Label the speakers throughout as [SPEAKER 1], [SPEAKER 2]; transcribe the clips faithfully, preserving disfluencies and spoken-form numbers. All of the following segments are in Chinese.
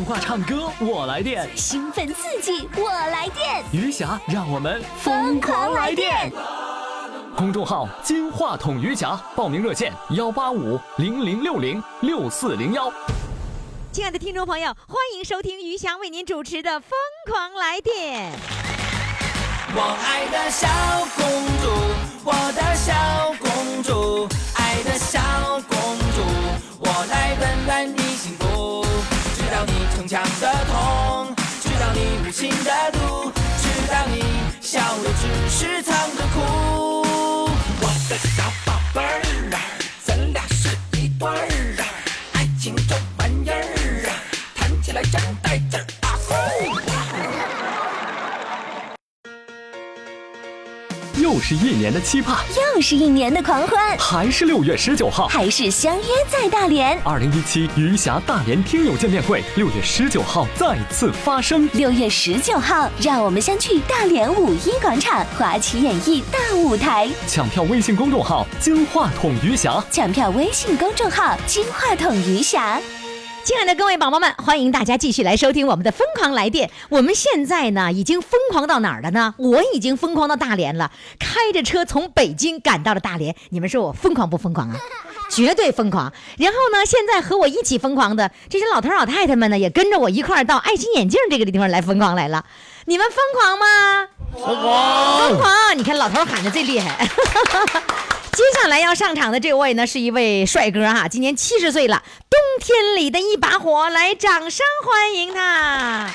[SPEAKER 1] 话唱歌我来电，
[SPEAKER 2] 兴奋刺激我来电，
[SPEAKER 1] 余霞让我们疯狂来电。公众号金话筒余霞，报名热线幺八五零零六零六四零幺。
[SPEAKER 3] 亲爱的听众朋友，欢迎收听余霞为您主持的疯狂来电。
[SPEAKER 4] 我爱的小公主，我的小公主，爱的小公主，我来温暖你幸福，知道你逞强的痛，知道你无情的毒，知道你笑的只是藏着哭。我的小宝贝儿啊，咱俩是一对儿啊，爱情这玩意儿啊，谈起来真带劲儿啊！
[SPEAKER 1] 又是一年的期盼，
[SPEAKER 2] 又是一年的狂欢，
[SPEAKER 1] 还是六月十九号，
[SPEAKER 2] 还是相约在大连。
[SPEAKER 1] 二零一七余霞大连听友见面会，六月十九号再次发生。
[SPEAKER 2] 六月十九号，让我们相聚大连五一广场华旗演艺大舞台。
[SPEAKER 1] 抢票微信公众号金话筒余霞，
[SPEAKER 2] 抢票微信公众号金话筒余霞。
[SPEAKER 3] 亲爱的各位宝宝们，欢迎大家继续来收听我们的疯狂来电。我们现在呢已经疯狂到哪儿了呢？我已经疯狂到大连了，开着车从北京赶到了大连。你们说我疯狂不疯狂啊？绝对疯狂。然后呢，现在和我一起疯狂的这些老头老太太们呢，也跟着我一块儿到爱心眼镜这个地方来疯狂来了。你们疯狂吗？
[SPEAKER 5] 疯狂！
[SPEAKER 3] 疯狂！你看老头喊的最厉害。接下来要上场的这位呢，是一位帅哥哈，今年七十岁了，冬天里的一把火，来，掌声欢迎他！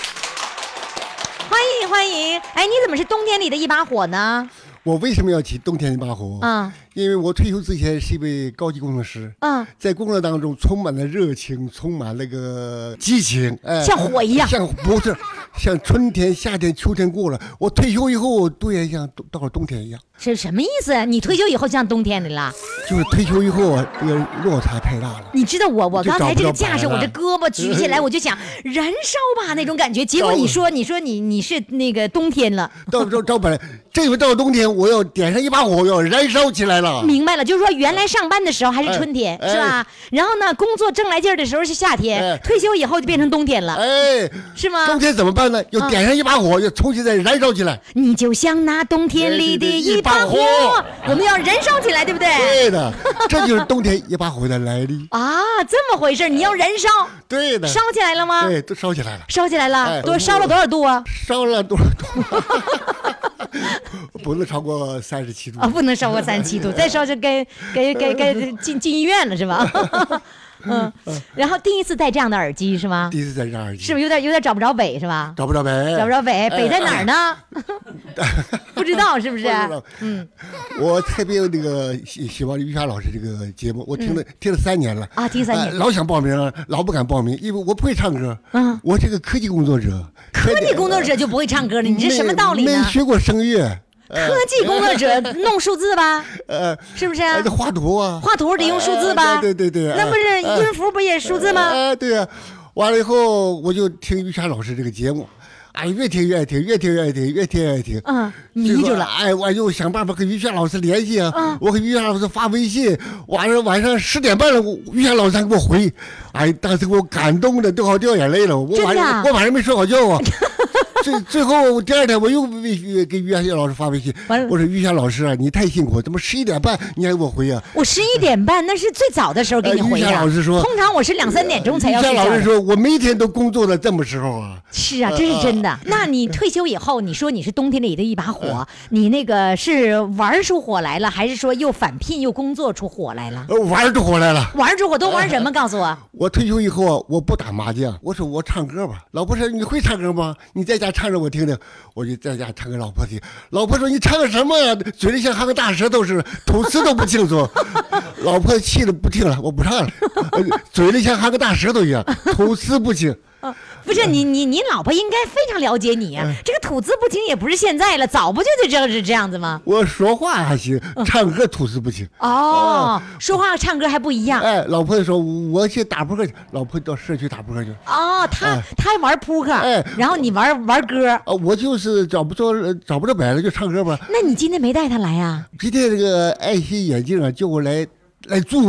[SPEAKER 3] 欢迎欢迎！哎，你怎么是冬天里的一把火呢？
[SPEAKER 5] 我为什么要起冬天一把火？
[SPEAKER 3] 嗯，
[SPEAKER 5] 因为我退休之前是一位高级工程师，
[SPEAKER 3] 嗯，在
[SPEAKER 5] 工作当中充满了热情，充满那个激情，哎，
[SPEAKER 3] 像火一样，
[SPEAKER 5] 像不是像春天、夏天、秋天过了，我退休以后，对呀，像到了冬天一样。
[SPEAKER 3] 是什么意思？你退休以后像冬天里了？
[SPEAKER 5] 就是退休以后啊，这个落差太大了。
[SPEAKER 3] 你知道我我刚才这个架势，我这胳膊举起来，我就想燃烧吧那种感觉。结果你说你说你你是那个冬天了，
[SPEAKER 5] 到到到本来这回到了冬天，我要点上一把火，要燃烧起来了。
[SPEAKER 3] 明白了，就是说原来上班的时候还是春天，
[SPEAKER 5] 哎、
[SPEAKER 3] 是吧？然后呢，工作正来劲儿的时候是夏天，哎、退休以后就变成冬天了，
[SPEAKER 5] 哎，
[SPEAKER 3] 是吗？
[SPEAKER 5] 冬天怎么办呢？要点上一把火，嗯、要重新再燃烧起来。
[SPEAKER 3] 你就像那冬天里的一把火，我们要燃烧起来，对不对？
[SPEAKER 5] 对的，这就是冬天一把火的来历
[SPEAKER 3] 啊！这么回事，你要燃烧，
[SPEAKER 5] 对的，
[SPEAKER 3] 烧起来了吗？
[SPEAKER 5] 对，都烧起来了，
[SPEAKER 3] 烧起来了，
[SPEAKER 5] 哎、
[SPEAKER 3] 多烧了多少度啊？
[SPEAKER 5] 烧了多少度？不能超过三十七度
[SPEAKER 3] 啊！不能超过三十七度，再烧就该该该该进进医院了，是吧？嗯，然后第一次戴这样的耳机是吗？
[SPEAKER 5] 第一次戴这样耳机，
[SPEAKER 3] 是不是有点有点找不着北是吧？
[SPEAKER 5] 找不着北，
[SPEAKER 3] 找不着北，北在哪儿呢？不知道是不是？嗯，
[SPEAKER 5] 我特别那个喜喜欢于霞老师这个节目，我听了、嗯、听了三年了
[SPEAKER 3] 啊，听三年、
[SPEAKER 5] 呃，老想报名了，老不敢报名，因为我不会唱歌。嗯，我这个科技工作者，
[SPEAKER 3] 科技工作者就不会唱歌了，你这什么道理呢？
[SPEAKER 5] 没学过声乐。
[SPEAKER 3] 科技工作者弄数字吧，呃，是不是？
[SPEAKER 5] 呃、画图啊，
[SPEAKER 3] 画图得用数字吧？
[SPEAKER 5] 呃、对对对，
[SPEAKER 3] 那不是音符不也数字吗？
[SPEAKER 5] 呃，对呀、啊，完了以后我就听于霞老师这个节目，哎，越听越爱听，越听越爱听，越听越爱听，
[SPEAKER 3] 嗯，迷住了。
[SPEAKER 5] 哎，我就想办法跟于霞老师联系啊，嗯、我跟于霞老师发微信，晚上晚上十点半了，于霞老师还给我回，哎，当时给我感动的都好掉眼泪了，我晚上我晚上没睡好觉啊。最最后第二天我又微给于霞老师发微信，我说于霞老师啊，你太辛苦，怎么十一点半你还给我回啊？
[SPEAKER 3] 我十一点半那是最早的时候给你回啊。
[SPEAKER 5] 于霞老师说，
[SPEAKER 3] 通常我是两三点钟才要睡觉。
[SPEAKER 5] 于霞老师说，我每天都工作到这么时候啊。
[SPEAKER 3] 是啊，这是真的。呃、那你退休以后，你说你是冬天里的一把火，呃、你那个是玩出火来了，还是说又返聘又工作出火来了？
[SPEAKER 5] 呃，玩出火来了。
[SPEAKER 3] 玩出火都玩什么？呃、告诉我。
[SPEAKER 5] 我退休以后啊，我不打麻将，我说我唱歌吧。老婆说你会唱歌吗？你在家唱着我听听。我就在家唱给老婆听，老婆说你唱个什么呀？嘴里像含个大舌头似的，吐词都不清楚。老婆气得不听了，我不唱了，嘴里像含个大舌头一样，吐词不清。
[SPEAKER 3] 啊，不是你你你老婆应该非常了解你啊，嗯、这个吐字不清也不是现在了，早不就就知道是这样子吗？
[SPEAKER 5] 我说话还行，唱歌吐字不清。
[SPEAKER 3] 哦，嗯、说话唱歌还不一样。
[SPEAKER 5] 哎，老婆说我去打扑克去，老婆到社区打扑克去。
[SPEAKER 3] 哦，他、哎、他玩扑克，哎，然后你玩玩歌。
[SPEAKER 5] 啊，我就是找不着找不着摆了就唱歌吧。
[SPEAKER 3] 那你今天没带他来呀、啊？
[SPEAKER 5] 今天这个爱心眼镜啊，叫我来来助威。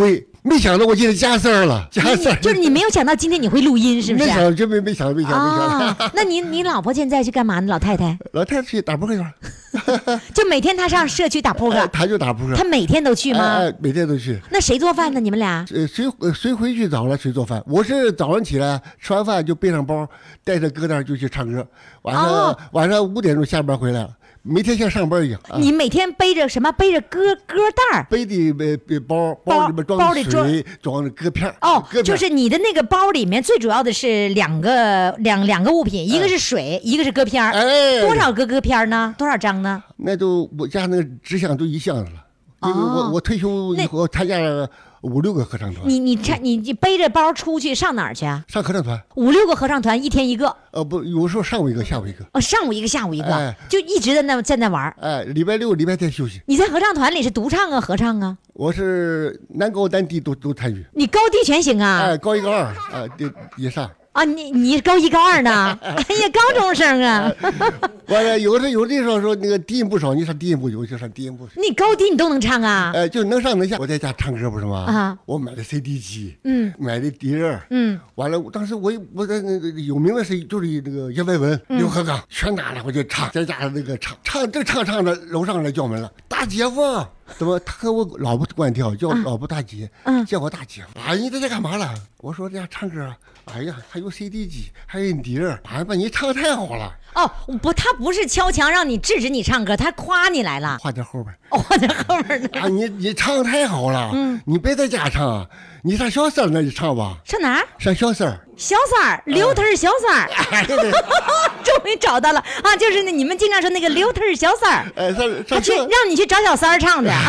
[SPEAKER 5] 没想到我今天加丝儿了，加丝儿。
[SPEAKER 3] 就是你没有想到今天你会录音，是不是？
[SPEAKER 5] 没想到，真没没想到，没想到，没想到。
[SPEAKER 3] 啊，那你你老婆现在是干嘛呢？老太太？
[SPEAKER 5] 老太太去打扑克去了。
[SPEAKER 3] 就每天她上社区打扑克。
[SPEAKER 5] 她就打扑克。
[SPEAKER 3] 她每天都去吗？
[SPEAKER 5] 哎，每天都去。
[SPEAKER 3] 那谁做饭呢？你们俩？
[SPEAKER 5] 呃，谁谁回去早了谁做饭？我是早上起来吃完饭就背上包，带着歌单就去唱歌，晚上、哦、晚上五点钟下班回来了。每天像上班一样。啊、
[SPEAKER 3] 你每天背着什么？背着歌歌袋
[SPEAKER 5] 背的背包，包里面装的水，装的歌片。
[SPEAKER 3] 哦，就是你的那个包里面最主要的是两个两两个物品，一个是水，哎、一个是歌片。
[SPEAKER 5] 哎，
[SPEAKER 3] 多少个歌片呢？多少张呢？
[SPEAKER 5] 那都我家那个纸箱都一箱子了。因为我、哦、我退休以后参加了五六个合唱团。
[SPEAKER 3] 你你你你背着包出去上哪儿去啊？
[SPEAKER 5] 上合唱团。
[SPEAKER 3] 五六个合唱团，一天一个。
[SPEAKER 5] 呃不，有时候上午一个，下午一个。
[SPEAKER 3] 哦，上午一个，下午一个，
[SPEAKER 5] 哎、
[SPEAKER 3] 就一直在那在那玩。
[SPEAKER 5] 哎，礼拜六、礼拜天休息。
[SPEAKER 3] 你在合唱团里是独唱啊，合唱啊？
[SPEAKER 5] 我是男高男低都都参与。
[SPEAKER 3] 你高低全行啊？
[SPEAKER 5] 哎，高一高二啊，以以上。
[SPEAKER 3] 啊，你你高一高二呢？哎呀，高中生啊！
[SPEAKER 5] 完了，有的有的时候说那个低音不少，你上低音部有就上低音部。
[SPEAKER 3] 你高低你都能唱啊？
[SPEAKER 5] 哎，就能上能下。我在家唱歌不是吗？
[SPEAKER 3] 啊，
[SPEAKER 5] 我买的 C D 机，
[SPEAKER 3] 嗯，
[SPEAKER 5] 买的笛儿，
[SPEAKER 3] 嗯，
[SPEAKER 5] 完了，当时我我在那个有名的是就是那个叶文文、刘和刚全拿了，我就唱，在家那个唱唱这唱唱着，楼上来叫门了，大姐夫。怎么他和我老婆管跳，叫老婆大姐，嗯，叫我大姐夫。啊，你在这干嘛了？我说在家唱歌。哎呀，还有 C D 机，还有笛儿，哎呀，你唱太好了。
[SPEAKER 3] 哦，不，他不是敲墙让你制止你唱歌，他夸你来了。
[SPEAKER 5] 话在后边，
[SPEAKER 3] 哦，话在后边呢。
[SPEAKER 5] 啊，你你唱太好了，嗯，你别在家唱，你上小三那里唱吧。
[SPEAKER 3] 上哪儿？
[SPEAKER 5] 上小三。
[SPEAKER 3] 小三儿，刘特小三儿，哎、终于找到了啊！就是那你们经常说那个刘特小三儿，
[SPEAKER 5] 哎，上上
[SPEAKER 3] 去让你去找小三儿唱的。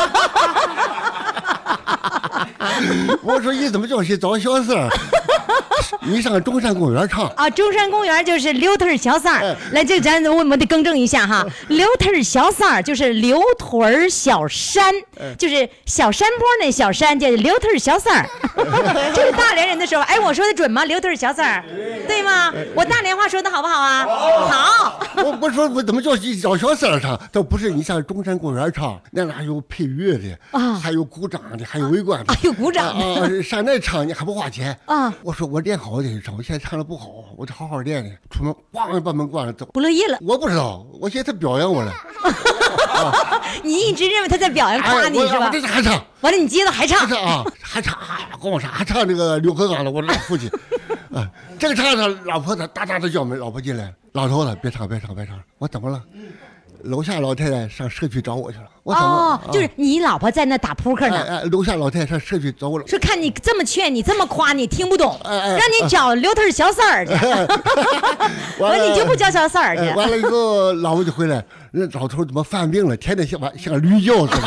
[SPEAKER 5] 我说你怎么叫去找小三儿？你上中山公园唱
[SPEAKER 3] 啊！中山公园就是刘特小三儿。哎、来，这咱我们得更正一下哈，刘特小三儿就是刘屯小山，哎、就是小山坡那小山叫刘特小三儿。这是大连人的说法，哎，我说的准吗？刘特小三儿，对吗？我大连话说的好不好啊？好。
[SPEAKER 5] 我我说我怎么叫去找小三儿唱？他不是，你上中山公园唱，那哪有配乐的啊？还有鼓掌的，还有围观的，
[SPEAKER 3] 还有鼓掌的
[SPEAKER 5] 啊！上那唱你还不花钱
[SPEAKER 3] 啊？
[SPEAKER 5] 我说我练好点唱，我现在唱的不好，我得好好练练。出门咣把门关了走，
[SPEAKER 3] 不乐意了。
[SPEAKER 5] 我不知道，我现在他表扬我了。
[SPEAKER 3] 啊、你一直认为他在表扬夸你、哎、是吧？
[SPEAKER 5] 我这是还唱，
[SPEAKER 3] 完了你接着还唱，
[SPEAKER 5] 还唱啊，还唱啊，跟我说还唱这个刘和刚的，我老父亲，啊，这个唱着老婆子哒哒的叫门，老婆进来，老头子别唱别唱别唱，我怎么了？楼下老太太上社区找我去了，我怎么？
[SPEAKER 3] 哦，就是你老婆在那打扑克呢。
[SPEAKER 5] 哎哎，楼下老太太上社区找我了，
[SPEAKER 3] 说看你这么劝你这么夸你听不懂，哎哎、让你找刘特小三儿去。哎、完了你就不叫小三儿去、
[SPEAKER 5] 哎。完了以后，老婆就回来，那老头怎么犯病了？天天像像驴叫似的。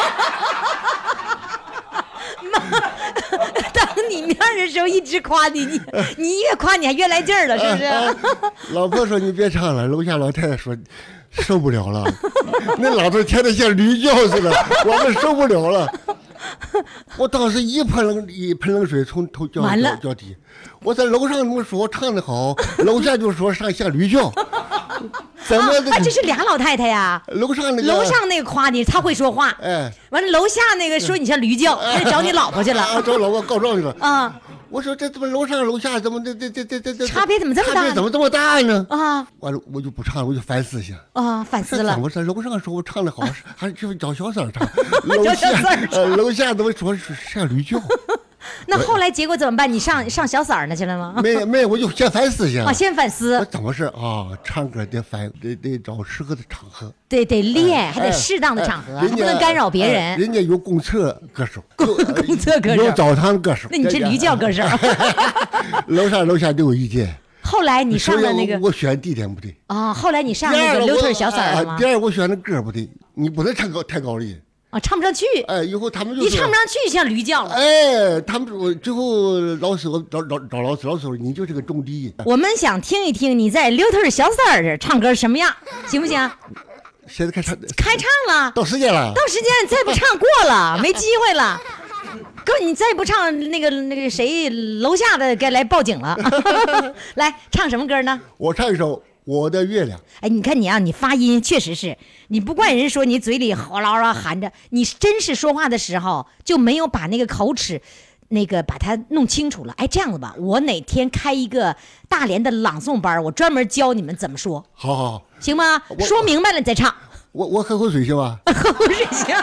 [SPEAKER 3] 当你面的时候一直夸你，你你越夸你还越来劲儿了，是不是？哎哎、
[SPEAKER 5] 老婆说你别唱了，楼下老太太说。受不了了，那老头天天像驴叫似的，我们受不了了。我当时一盆冷一盆冷水从头浇到脚底，我在楼上怎么说唱的好，楼下就说上像驴叫。怎么、那个
[SPEAKER 3] 啊？这是俩老太太呀？
[SPEAKER 5] 楼上那个
[SPEAKER 3] 楼上那个夸你，他会说话。
[SPEAKER 5] 哎，
[SPEAKER 3] 完了楼下那个说你像驴叫，那、哎、找你老婆去了。
[SPEAKER 5] 啊，找老婆告状去了。
[SPEAKER 3] 啊。
[SPEAKER 5] 我说这怎么楼上楼下怎么这这这这这这
[SPEAKER 3] 差别怎么这么大？
[SPEAKER 5] 差别怎么这么大呢？
[SPEAKER 3] 啊！
[SPEAKER 5] 完了我就不唱了，我就反思一下。
[SPEAKER 3] 啊，反思了。
[SPEAKER 5] 怎么说？楼上说我唱的好，还是找小三唱？楼下呃，楼下怎么说像驴叫？
[SPEAKER 3] 那后来结果怎么办？你上上小三儿那去了吗？
[SPEAKER 5] 没没，我就先反思一下。
[SPEAKER 3] 啊，先反思。
[SPEAKER 5] 我怎么是啊？唱歌得反得得找适合的场合。
[SPEAKER 3] 对，得练，还得适当的场合，不能干扰别人。
[SPEAKER 5] 人家有公厕歌手，
[SPEAKER 3] 公公厕歌手，
[SPEAKER 5] 有澡堂歌手。
[SPEAKER 3] 那你是驴叫歌手。
[SPEAKER 5] 楼上楼下都有意见。
[SPEAKER 3] 后来你上了那个，
[SPEAKER 5] 我选地点不对
[SPEAKER 3] 啊。后来你上那个刘特小三儿了吗？
[SPEAKER 5] 第二我选的歌不对，你不能唱高太高了。
[SPEAKER 3] 啊，唱不上去！
[SPEAKER 5] 哎，以后他们就
[SPEAKER 3] 你唱不上去，像驴叫了。
[SPEAKER 5] 哎，他们我最后老师我找找找老师，老师说你就是个中低。
[SPEAKER 3] 我们想听一听你在刘特小三儿这唱歌什么样，行不行？
[SPEAKER 5] 现在开唱，
[SPEAKER 3] 开唱了，
[SPEAKER 5] 到时间了，
[SPEAKER 3] 到时间再不唱过了，没机会了。哥，你再不唱，那个那个谁，楼下的该来报警了。来唱什么歌呢？
[SPEAKER 5] 我唱一首《 我的月亮。
[SPEAKER 3] 哎，你看你啊，你发音确实是，你不怪人说你嘴里嚎嗷嗷含着，你真是说话的时候就没有把那个口齿，那个把它弄清楚了。哎，这样子吧，我哪天开一个大连的朗诵班，我专门教你们怎么说。
[SPEAKER 5] 好好好，
[SPEAKER 3] 行吗？说明白了你再唱。
[SPEAKER 5] 我我喝口水行吗？
[SPEAKER 3] 喝口水行。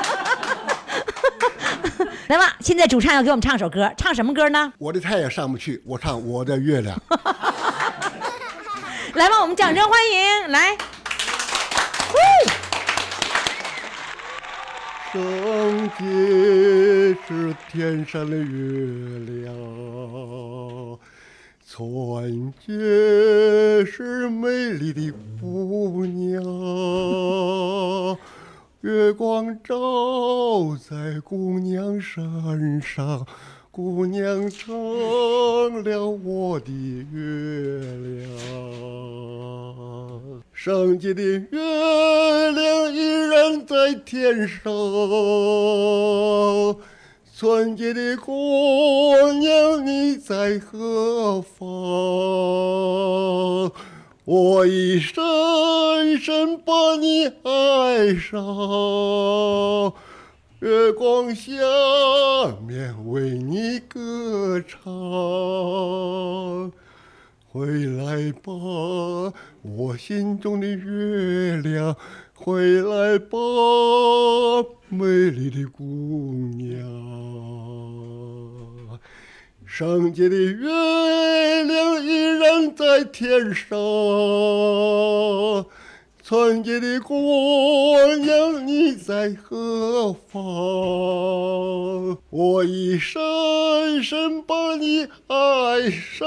[SPEAKER 3] 来吧，现在主唱要给我们唱首歌，唱什么歌呢？
[SPEAKER 5] 我的太阳上不去，我唱我的月亮。
[SPEAKER 3] 来吧，我们掌声欢迎，来。
[SPEAKER 5] 圣洁是天上的月亮，纯洁是美丽的姑娘，月光照在姑娘身上，姑娘成了我的月亮。圣洁的月亮依然在天上，纯洁的姑娘你在何方？我一深深把你爱上，月光下面为你歌唱。回来吧，我心中的月亮，回来吧，美丽的姑娘。圣洁的月亮依然在天上，纯洁的姑娘你在何方？我一深深把你爱上，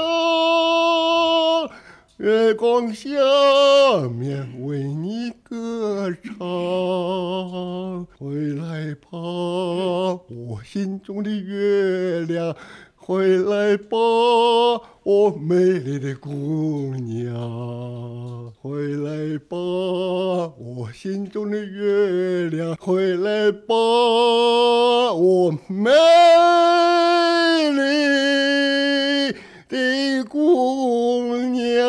[SPEAKER 5] 月光下面为你歌唱。回来吧，我心中的月亮，回来吧，我美丽的姑娘。回来吧，我心中的月亮，回来吧，我美丽的姑娘。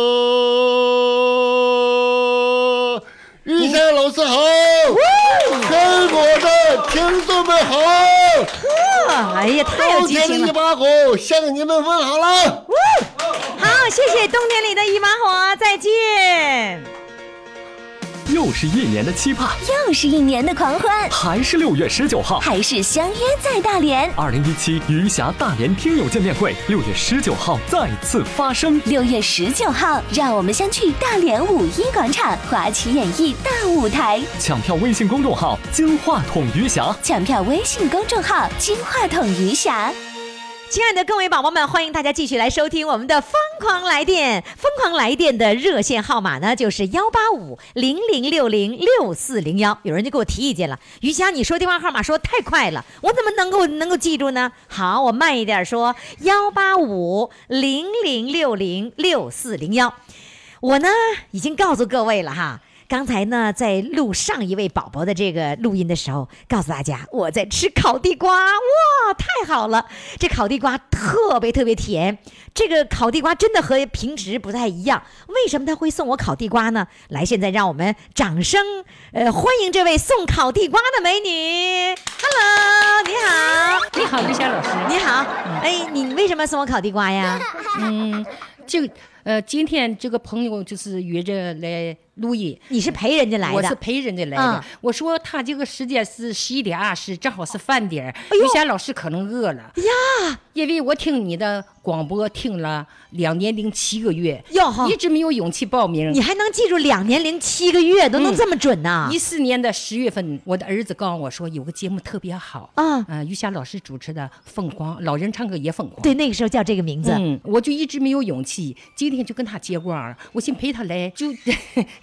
[SPEAKER 5] 玉山老师好，全国的听众们好。
[SPEAKER 3] 哎呀，太有激情了！
[SPEAKER 5] 冬天里一把火，向你们问好了。
[SPEAKER 3] 好，谢谢冬天里的一把火，再见。
[SPEAKER 1] 又是一年的期盼，
[SPEAKER 2] 又是一年的狂欢，
[SPEAKER 1] 还是六月十九号，
[SPEAKER 2] 还是相约在大连。
[SPEAKER 1] 二零一七余霞大连听友见面会，六月十九号再次发生。
[SPEAKER 2] 六月十九号，让我们相聚大连五一广场华旗演艺大舞台。
[SPEAKER 1] 抢票微信公众号金话筒余霞，
[SPEAKER 2] 抢票微信公众号金话筒余霞。
[SPEAKER 3] 亲爱的各位宝宝们，欢迎大家继续来收听我们的疯狂来电。疯狂来电的热线号码呢，就是幺八五零零六零六四零幺。有人就给我提意见了，余霞，你说电话号码说太快了，我怎么能够能够记住呢？好，我慢一点说，幺八五零零六零六四零幺。我呢已经告诉各位了哈。刚才呢，在录上一位宝宝的这个录音的时候，告诉大家我在吃烤地瓜，哇，太好了！这烤地瓜特别特别甜，这个烤地瓜真的和平时不太一样。为什么他会送我烤地瓜呢？来，现在让我们掌声，呃，欢迎这位送烤地瓜的美女。Hello， 你好，
[SPEAKER 6] 你好，余霞老师，
[SPEAKER 3] 你好。哎，你为什么送我烤地瓜呀？
[SPEAKER 6] 嗯，就呃，今天这个朋友就是约着来录音，
[SPEAKER 3] 你是陪人家来的？
[SPEAKER 6] 我是陪人家来的。
[SPEAKER 3] 嗯、
[SPEAKER 6] 我说他这个时间是十一点二十，正好是饭点儿。余霞老师可能饿了
[SPEAKER 3] 呀，
[SPEAKER 6] 因为我听你的广播听了两年零七个月，
[SPEAKER 3] 哟，
[SPEAKER 6] 一直没有勇气报名。
[SPEAKER 3] 你还能记住两年零七个月，都能这么准呢、啊？
[SPEAKER 6] 一四、嗯、年的十月份，我的儿子告诉我说有个节目特别好
[SPEAKER 3] 啊，
[SPEAKER 6] 呃，余霞老师主持的《疯狂》，老人唱歌也疯狂。
[SPEAKER 3] 对，那个时候叫这个名字。
[SPEAKER 6] 嗯，我就一直没有勇气，今天就跟他接光，我先陪他来，就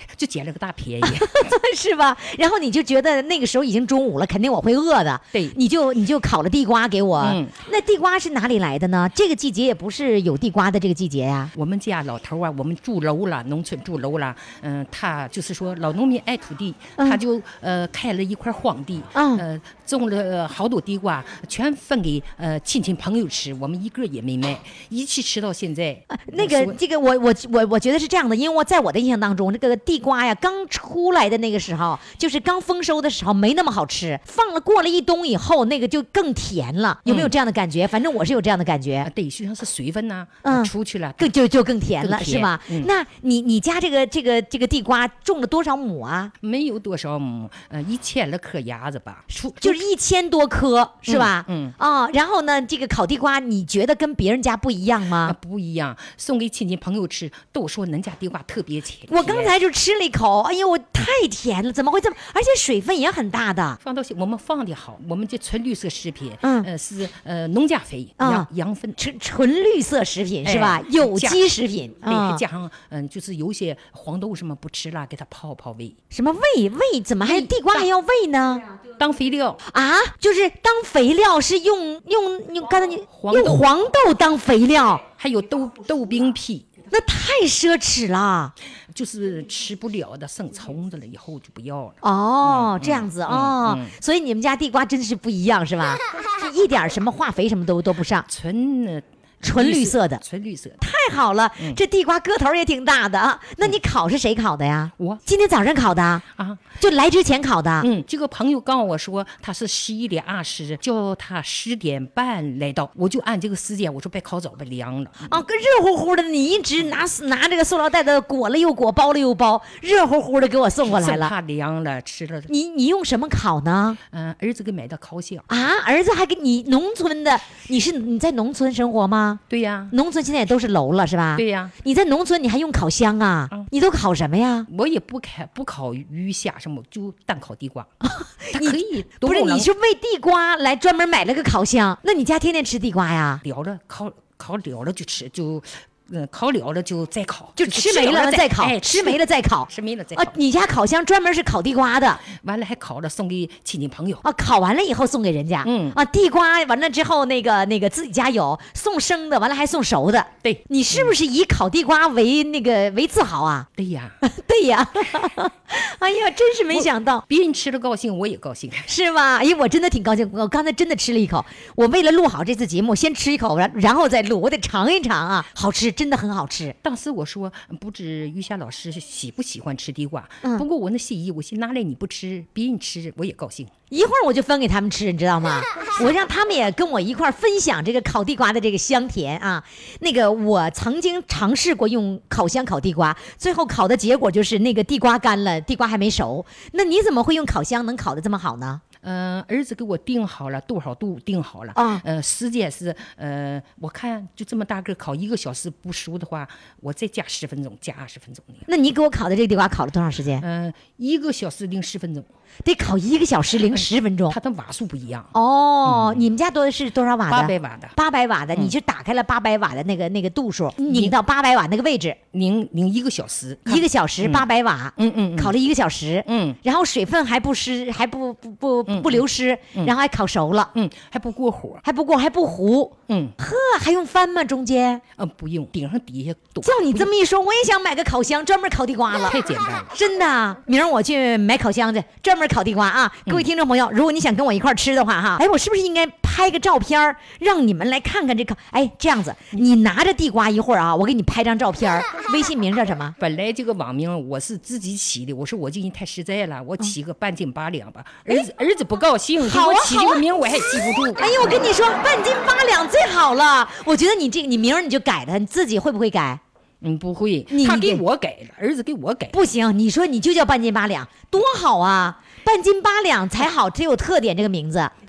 [SPEAKER 6] 就捡了个大便宜，
[SPEAKER 3] 是吧？然后你就觉得那个时候已经中午了，肯定我会饿的，
[SPEAKER 6] 对，
[SPEAKER 3] 你就你就烤了地瓜给我。
[SPEAKER 6] 嗯，
[SPEAKER 3] 那地瓜是哪里来的呢？这个季节也不是有地瓜的这个季节呀。
[SPEAKER 6] 我们家老头啊，我们住楼了，农村住楼了，嗯、他就是说老农民爱土地，
[SPEAKER 3] 嗯
[SPEAKER 6] 他就呃开了一块荒地，
[SPEAKER 3] 嗯
[SPEAKER 6] 呃种了、呃好多地瓜，全分给呃亲戚朋友吃，我们一个也没卖，一起吃到现在。
[SPEAKER 3] 呃那个这个我我我我觉得是这样的，因为我在我的印象当中，这个地瓜呀刚出来的那个时候，就是刚丰收的时候没那么好吃，放了过了一冬以后，那个就更甜了，有没有这样的感觉？反正我是有这样的感觉。
[SPEAKER 6] 啊，对，就像是水分呐、
[SPEAKER 3] 嗯
[SPEAKER 6] 呃出去了，
[SPEAKER 3] 更就就更甜了，
[SPEAKER 6] 更甜
[SPEAKER 3] 是吧？
[SPEAKER 6] 嗯
[SPEAKER 3] 那你你家这个这个这个地瓜种了多少亩啊？
[SPEAKER 6] 没有多少亩，呃，一千来颗芽子吧，出
[SPEAKER 3] 就是一千多颗，是吧？
[SPEAKER 6] 嗯
[SPEAKER 3] 哦，然后呢，这个烤地瓜，你觉得跟别人家不一样
[SPEAKER 6] 啊
[SPEAKER 3] 吗？
[SPEAKER 6] 不一样，送给亲戚朋友吃，都说恁家地瓜特别甜。
[SPEAKER 3] 我刚才就吃了一口，哎呦，我太甜了，怎么会这么？而且水分也很大的。
[SPEAKER 6] 放到我们放的好，我们这纯绿色食品，
[SPEAKER 3] 嗯
[SPEAKER 6] 呃是呃农家肥
[SPEAKER 3] 啊
[SPEAKER 6] 羊羊粪。
[SPEAKER 3] 纯纯绿色食品是吧？
[SPEAKER 6] 哎
[SPEAKER 3] 有机食品
[SPEAKER 6] 对，
[SPEAKER 3] 啊
[SPEAKER 6] 还加上嗯，就是有些黄豆什么不吃了，给它泡泡喂，
[SPEAKER 3] 什么喂喂？怎么还地瓜还要喂呢？
[SPEAKER 6] 当肥料。
[SPEAKER 3] 啊，就是当肥料是用用用刚才你
[SPEAKER 6] 黄豆
[SPEAKER 3] 用黄豆当肥料，
[SPEAKER 6] 还有豆豆冰皮，
[SPEAKER 3] 那太奢侈了。
[SPEAKER 6] 就是吃不了的，生虫子了以后就不要了。
[SPEAKER 3] 哦，这样子哦，
[SPEAKER 6] 嗯
[SPEAKER 3] 所以你们家地瓜真是不一样是吧？是一点什么化肥什么都都不上，
[SPEAKER 6] 纯呃
[SPEAKER 3] 纯绿色的，
[SPEAKER 6] 纯绿色。
[SPEAKER 3] 太好了。这地瓜个头也挺大的啊。那你烤是谁烤的呀？
[SPEAKER 6] 我
[SPEAKER 3] 今天早上烤的，
[SPEAKER 6] 啊，
[SPEAKER 3] 就来之前烤的。
[SPEAKER 6] 嗯，这个朋友告诉我说他是十一点二十，叫他十点半来到，我就按这个时间，我说别烤早，别凉了。
[SPEAKER 3] 啊，跟热乎乎的，你一直拿拿这个塑料袋子裹了又裹，包了又包，热乎乎的给我送过来了。
[SPEAKER 6] 生怕凉了，吃了。
[SPEAKER 3] 你你用什么烤呢？
[SPEAKER 6] 嗯、儿子给买的烤箱。
[SPEAKER 3] 啊，儿子还给你农村的，你是你在农村生活吗？
[SPEAKER 6] 对呀，
[SPEAKER 3] 农村现在也都是楼了是吧？
[SPEAKER 6] 对呀，
[SPEAKER 3] 你在农村你还用烤箱啊？
[SPEAKER 6] 嗯
[SPEAKER 3] 你都烤什么呀？
[SPEAKER 6] 我也不开不烤鱼虾什么，就单烤地瓜。它
[SPEAKER 3] 你
[SPEAKER 6] 可以
[SPEAKER 3] 不是，
[SPEAKER 6] 多冷
[SPEAKER 3] 你是为地瓜来专门买了个烤箱？那你家天天吃地瓜呀？
[SPEAKER 6] 了了烤烤了了就吃，就嗯烤了了就再烤，
[SPEAKER 3] 就吃没了再烤，
[SPEAKER 6] 哎，
[SPEAKER 3] 吃没了再烤。
[SPEAKER 6] 吃没了再
[SPEAKER 3] 啊
[SPEAKER 6] 烤。，
[SPEAKER 3] 你家烤箱专门是烤地瓜的
[SPEAKER 6] 完了还烤了送给亲戚朋友。
[SPEAKER 3] 啊，烤完了以后送给人家。
[SPEAKER 6] 嗯
[SPEAKER 3] 啊，地瓜完了之后，那个那个自己家有送生的，完了还送熟的。
[SPEAKER 6] 对
[SPEAKER 3] 你是不是以烤地瓜为那个为自豪啊？
[SPEAKER 6] 对呀，
[SPEAKER 3] 对呀，哎呀，真是没想到。
[SPEAKER 6] 别人吃了高兴，我也高兴。
[SPEAKER 3] 是吧？哎呀，我真的挺高兴，我刚才真的吃了一口。我为了录好这次节目，先吃一口，然然后再录，我得尝一尝啊，好吃，真的很好吃。
[SPEAKER 6] 当时我说，不知于霞老师喜不喜欢吃地瓜，
[SPEAKER 3] 嗯
[SPEAKER 6] 不过我那心意，我寻拿来你不吃，别人吃我也高兴。
[SPEAKER 3] 一会儿我就分给他们吃，你知道吗？我让他们也跟我一块儿分享这个烤地瓜的这个香甜啊。那个我曾经尝试过用烤箱烤地瓜，最后烤的结果就是那个地瓜干了，地瓜还没熟。那你怎么会用烤箱能烤得这么好呢？
[SPEAKER 6] 嗯、儿子给我定好了多少度，定好了
[SPEAKER 3] 啊
[SPEAKER 6] 呃，时间是呃，我看就这么大个，烤一个小时不熟的话，我再加十分钟，加二十分钟那样。
[SPEAKER 3] 那你给我烤的这个地瓜烤了多长时间？
[SPEAKER 6] 嗯、一个小时零十分钟，
[SPEAKER 3] 得烤一个小时零十分钟。
[SPEAKER 6] 它的瓦数不一样，
[SPEAKER 3] 哦，你们家多的是多少瓦的？
[SPEAKER 6] 八百瓦的，
[SPEAKER 3] 八百瓦的，你就打开了八百瓦的那个那个度数，拧到八百瓦那个位置，
[SPEAKER 6] 拧拧一个小时，
[SPEAKER 3] 一个小时八百瓦，
[SPEAKER 6] 嗯嗯嗯
[SPEAKER 3] 烤了一个小时，
[SPEAKER 6] 嗯
[SPEAKER 3] 然后水分还不湿，还不不不不流失，然后还烤熟了，
[SPEAKER 6] 嗯，还不过火，
[SPEAKER 3] 还不过还不糊，
[SPEAKER 6] 嗯
[SPEAKER 3] 呵，还用翻吗？中间
[SPEAKER 6] 嗯，不用，顶上底下都
[SPEAKER 3] 照你这么一说，我也想买个烤箱，专门烤地瓜了。
[SPEAKER 6] 太简单了。
[SPEAKER 3] 真的啊，明儿我去买烤箱去，专门烤地瓜啊！各位听众朋友，如果你想跟我一块儿吃的话哈，哎，我是不是应该拍个照片儿，让你们来看看这烤？哎，这样子，你拿着地瓜一会儿啊，我给你拍张照片儿，微信名叫什么？
[SPEAKER 6] 本来这个网名我是自己起的，我说我这人太实在了，我起个半斤八两吧。儿子儿子不高兴，给
[SPEAKER 3] 好啊
[SPEAKER 6] 我起这个名我还记不住。
[SPEAKER 3] 哎呦，我跟你说，半斤八两最好了。我觉得你这个，你明儿你就改它，你自己会不会改？
[SPEAKER 6] 嗯，不会，他给
[SPEAKER 3] 你你给
[SPEAKER 6] 我改了，儿子给我改。
[SPEAKER 3] 不行，你说你就叫半斤八两，多好啊！半斤八两才好，才有特点这个名字。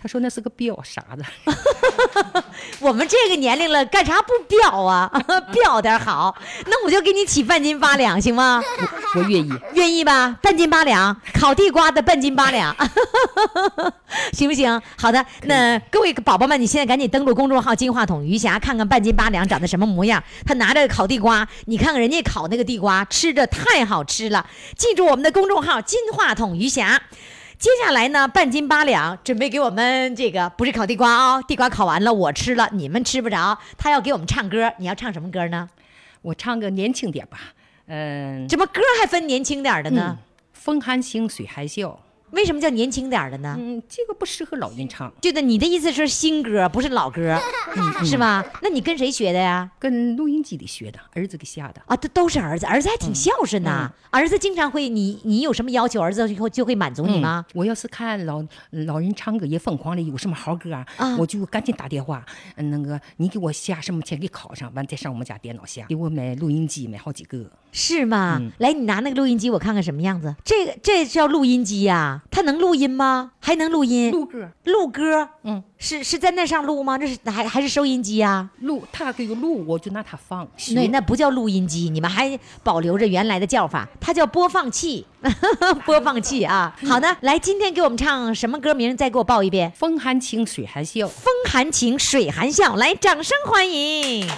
[SPEAKER 6] 他说那是个表啥的。
[SPEAKER 3] 我们这个年龄了，干啥不表啊？表点好，那我就给你起半斤八两，行吗？
[SPEAKER 6] 我愿意，
[SPEAKER 3] 愿意吧？半斤八两，烤地瓜的半斤八两，行不行？好的，那各位宝宝们，你现在赶紧登录公众号“金话筒余霞”，看看半斤八两长得什么模样。他拿着烤地瓜，你看看人家烤那个地瓜，吃着太好吃了。记住我们的公众号“金话筒余霞”。接下来呢，半斤八两准备给我们这个不是烤地瓜啊、哦，地瓜烤完了我吃了，你们吃不着。他要给我们唱歌，你要唱什么歌呢？
[SPEAKER 6] 我唱个年轻点吧，嗯，
[SPEAKER 3] 怎么歌还分年轻点的呢？
[SPEAKER 6] 嗯、风寒清，水寒笑。
[SPEAKER 3] 为什么叫年轻点的呢？
[SPEAKER 6] 嗯，这个不适合老人唱。
[SPEAKER 3] 就的，你的意思是新歌，不是老歌，嗯、是吧？那你跟谁学的呀？
[SPEAKER 6] 跟录音机里学的，儿子给下的。
[SPEAKER 3] 啊，都都是儿子，儿子还挺孝顺呐。嗯嗯、儿子经常会你你有什么要求，儿子就会就会满足你吗？
[SPEAKER 6] 嗯、我要是看老老人唱歌也疯狂的，有什么好歌啊，啊我就赶紧打电话，嗯，那个你给我下什么钱给拷上，完再上我们家电脑下，给我买录音机，买好几个。
[SPEAKER 3] 是吗？嗯、来，你拿那个录音机，我看看什么样子。这个这叫录音机呀、啊？它能录音吗？还能录音？
[SPEAKER 6] 录歌，
[SPEAKER 3] 录歌。
[SPEAKER 6] 嗯，
[SPEAKER 3] 是是在那上录吗？这是还还是收音机呀、啊？
[SPEAKER 6] 录，它给录，我就拿它放。
[SPEAKER 3] 对，那不叫录音机，你们还保留着原来的叫法，它叫播放器。播放器啊。好的，来，今天给我们唱什么歌名？再给我报一遍。
[SPEAKER 6] 风寒情，水寒笑。
[SPEAKER 3] 风寒情，水寒笑。来，掌声欢迎。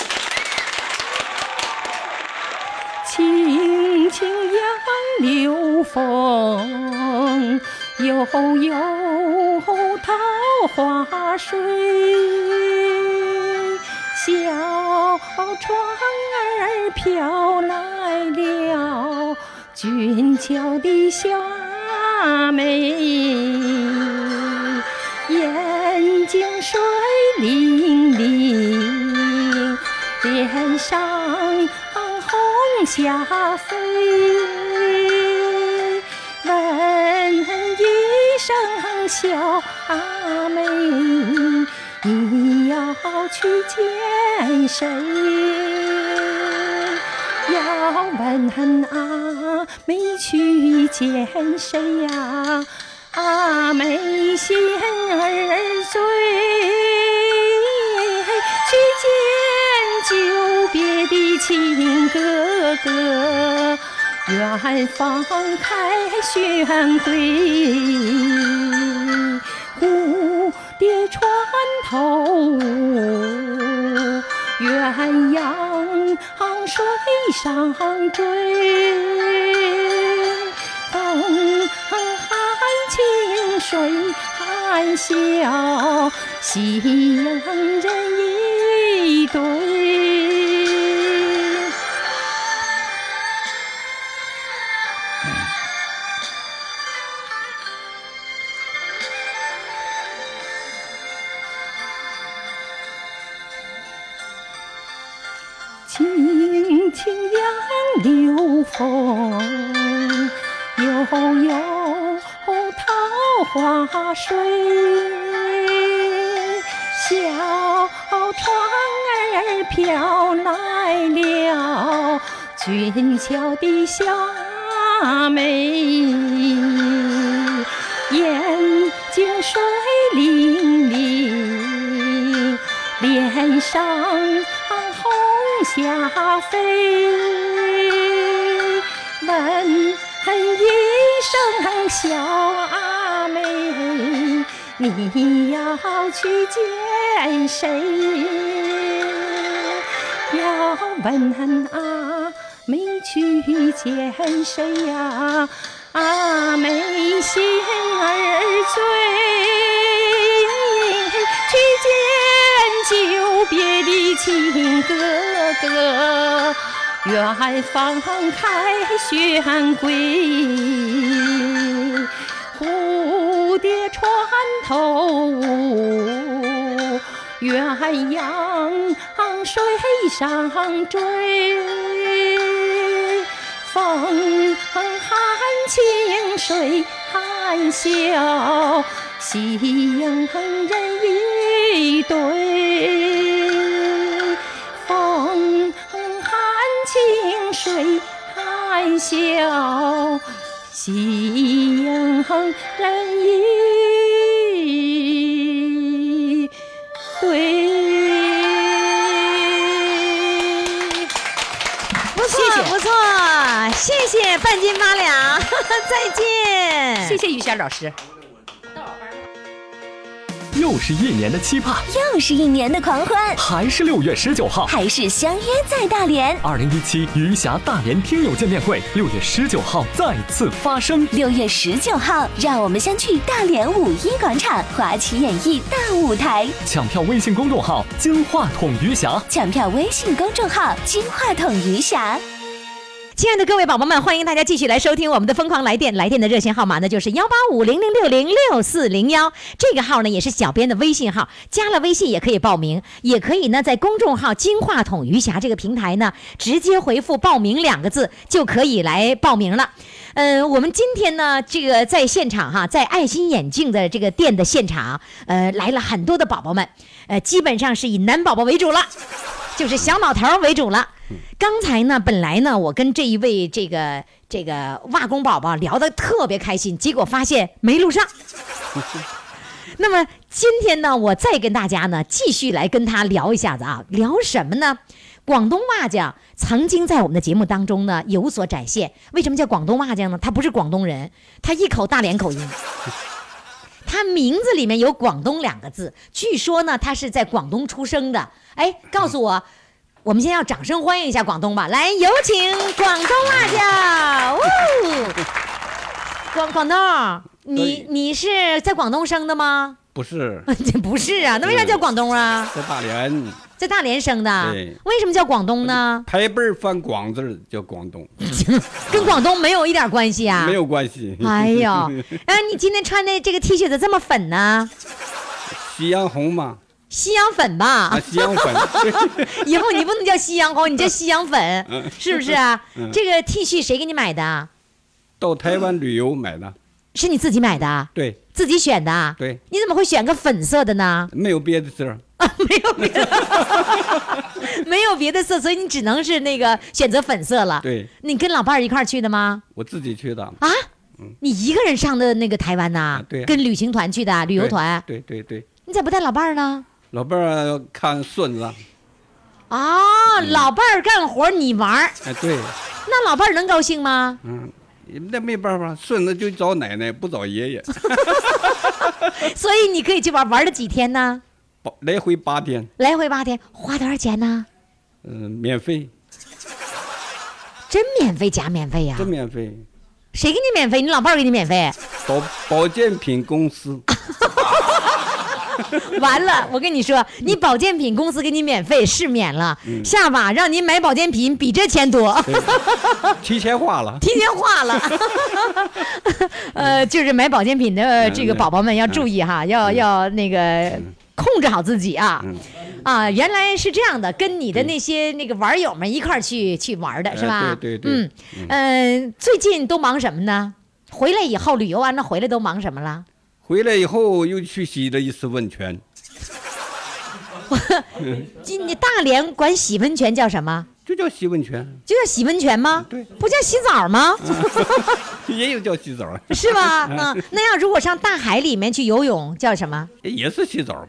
[SPEAKER 6] 轻轻杨柳风，悠悠桃花水。小船儿飘来了俊俏的小阿妹，眼睛水灵灵，脸上红霞飞。问一声小阿妹，你要去见谁？要问阿妹去见谁呀？阿妹心儿醉，去见久别的亲哥哥，远方开轩归。蝴蝶船头鸳鸯水上追，风寒情水寒笑，夕阳人一对。轻轻杨柳风，悠悠桃花水。小船儿飘来了俊俏的小阿妹，眼睛水灵灵，脸上红霞飞。问一声小阿妹，你要去见谁？要问阿妹去见谁呀？阿妹心儿醉，去见久别的亲哥哥，远方开轩归。蝴蝶船头鸳鸯水上追，风寒情水寒笑，夕阳人一对。风寒情水寒笑，夕阳人一
[SPEAKER 3] 不错，
[SPEAKER 6] 谢谢
[SPEAKER 3] 不错，谢谢半斤八两，再见。
[SPEAKER 6] 谢谢于霞老师。
[SPEAKER 1] 又是一年的期盼，
[SPEAKER 2] 又是一年的狂欢，
[SPEAKER 1] 还是六月十九号，
[SPEAKER 2] 还是相约在大连。
[SPEAKER 1] 二零一七余霞大连听友见面会，六月十九号再次发生。
[SPEAKER 2] 六月十九号，让我们相聚大连五一广场华旗演艺大舞台。
[SPEAKER 1] 抢票微信公众号金话筒余霞，
[SPEAKER 2] 抢票微信公众号金话筒余霞。
[SPEAKER 3] 亲爱的各位宝宝们，欢迎大家继续来收听我们的疯狂来电，来电的热线号码呢就是幺八五零零六零六四零幺，这个号呢也是小编的微信号，加了微信也可以报名，也可以呢在公众号金话筒余霞这个平台呢直接回复报名两个字就可以来报名了。呃，我们今天呢这个在现场哈，在爱心眼镜的这个店的现场，呃来了很多的宝宝们，呃基本上是以男宝宝为主了，就是小老头为主了。刚才呢，本来呢，我跟这一位这个这个瓦工宝宝聊得特别开心，结果发现没录上。那么今天呢，我再跟大家呢继续来跟他聊一下子啊，聊什么呢？广东瓦匠曾经在我们的节目当中呢有所展现。为什么叫广东瓦匠呢？他不是广东人，他一口大连口音。他名字里面有广东两个字，据说呢他是在广东出生的。哎，告诉我。我们先要掌声欢迎一下广东吧，来有请广东瓦匠。哦，广广东，你你是在广东生的吗？
[SPEAKER 7] 不是，
[SPEAKER 3] 这不是啊，那为啥叫广东啊？
[SPEAKER 7] 在大连，
[SPEAKER 3] 在大连生的。
[SPEAKER 7] 对，
[SPEAKER 3] 为什么叫广东呢？
[SPEAKER 7] 台辈儿翻广字叫广东，
[SPEAKER 3] 跟广东没有一点关系啊？
[SPEAKER 7] 没有关系。
[SPEAKER 3] 哎呦，哎，你今天穿的这个 T 恤怎么这么粉呢？
[SPEAKER 7] 夕阳红嘛。
[SPEAKER 3] 西洋粉吧，
[SPEAKER 7] 啊，西洋粉。
[SPEAKER 3] 以后你不能叫西洋红，你叫西洋粉，
[SPEAKER 7] 嗯、
[SPEAKER 3] 是不是啊？
[SPEAKER 7] 嗯、
[SPEAKER 3] 这个 T 恤谁给你买的？
[SPEAKER 7] 到台湾旅游买的。
[SPEAKER 3] 是你自己买的？
[SPEAKER 7] 对。
[SPEAKER 3] 自己选的？
[SPEAKER 7] 对。
[SPEAKER 3] 你怎么会选个粉色的呢？
[SPEAKER 7] 没有别的色。
[SPEAKER 3] 啊，没有别的，没有别的色，所以你只能是那个选择粉色了。
[SPEAKER 7] 对。
[SPEAKER 3] 你跟老伴儿一块儿去的吗？
[SPEAKER 7] 我自己去的。
[SPEAKER 3] 啊？嗯、你一个人上的那个台湾呐、
[SPEAKER 7] 啊？对、啊。
[SPEAKER 3] 跟旅行团去的，旅游团。
[SPEAKER 7] 对对 对, 对。
[SPEAKER 3] 你咋不带老伴儿呢？
[SPEAKER 7] 老伴儿看孙子。
[SPEAKER 3] 啊、哦嗯，老伴儿干活你玩儿。
[SPEAKER 7] 哎，对。
[SPEAKER 3] 那老伴儿能高兴吗？
[SPEAKER 7] 嗯，那没办法，孙子就找奶奶，不找爷爷。
[SPEAKER 3] 所以你可以去玩，玩了几天呢？
[SPEAKER 7] 来回八天。
[SPEAKER 3] 来回八天，花多少钱呢？
[SPEAKER 7] 嗯，免费。
[SPEAKER 3] 真免费假免费呀、啊？
[SPEAKER 7] 真免费。
[SPEAKER 3] 谁给你免费？你老伴儿给你免费？
[SPEAKER 7] 保保健品公司。
[SPEAKER 3] 完了，我跟你说，你保健品公司给你免费是免了，嗯、下把让您买保健品比这钱多，
[SPEAKER 7] 提前花了，
[SPEAKER 3] 提前花了。呃，就是买保健品的这个宝宝们要注意哈，嗯、要、嗯、要那个控制好自己啊。嗯、啊，原来是这样的，跟你的那些那个玩友们一块儿去去玩的是吧？
[SPEAKER 7] 呃、对对对。
[SPEAKER 3] 嗯嗯、呃，最近都忙什么呢？回来以后旅游完了回来都忙什么了？
[SPEAKER 7] 回来以后又去洗了一次温泉。
[SPEAKER 3] 你大连管洗温泉叫什么？
[SPEAKER 7] 就叫洗温泉。
[SPEAKER 3] 就叫洗温泉吗？
[SPEAKER 7] 对，
[SPEAKER 3] 不叫洗澡吗？
[SPEAKER 7] 也有叫洗澡。
[SPEAKER 3] 是吧？嗯，那要如果上大海里面去游泳叫什么？
[SPEAKER 7] 也是洗澡吧。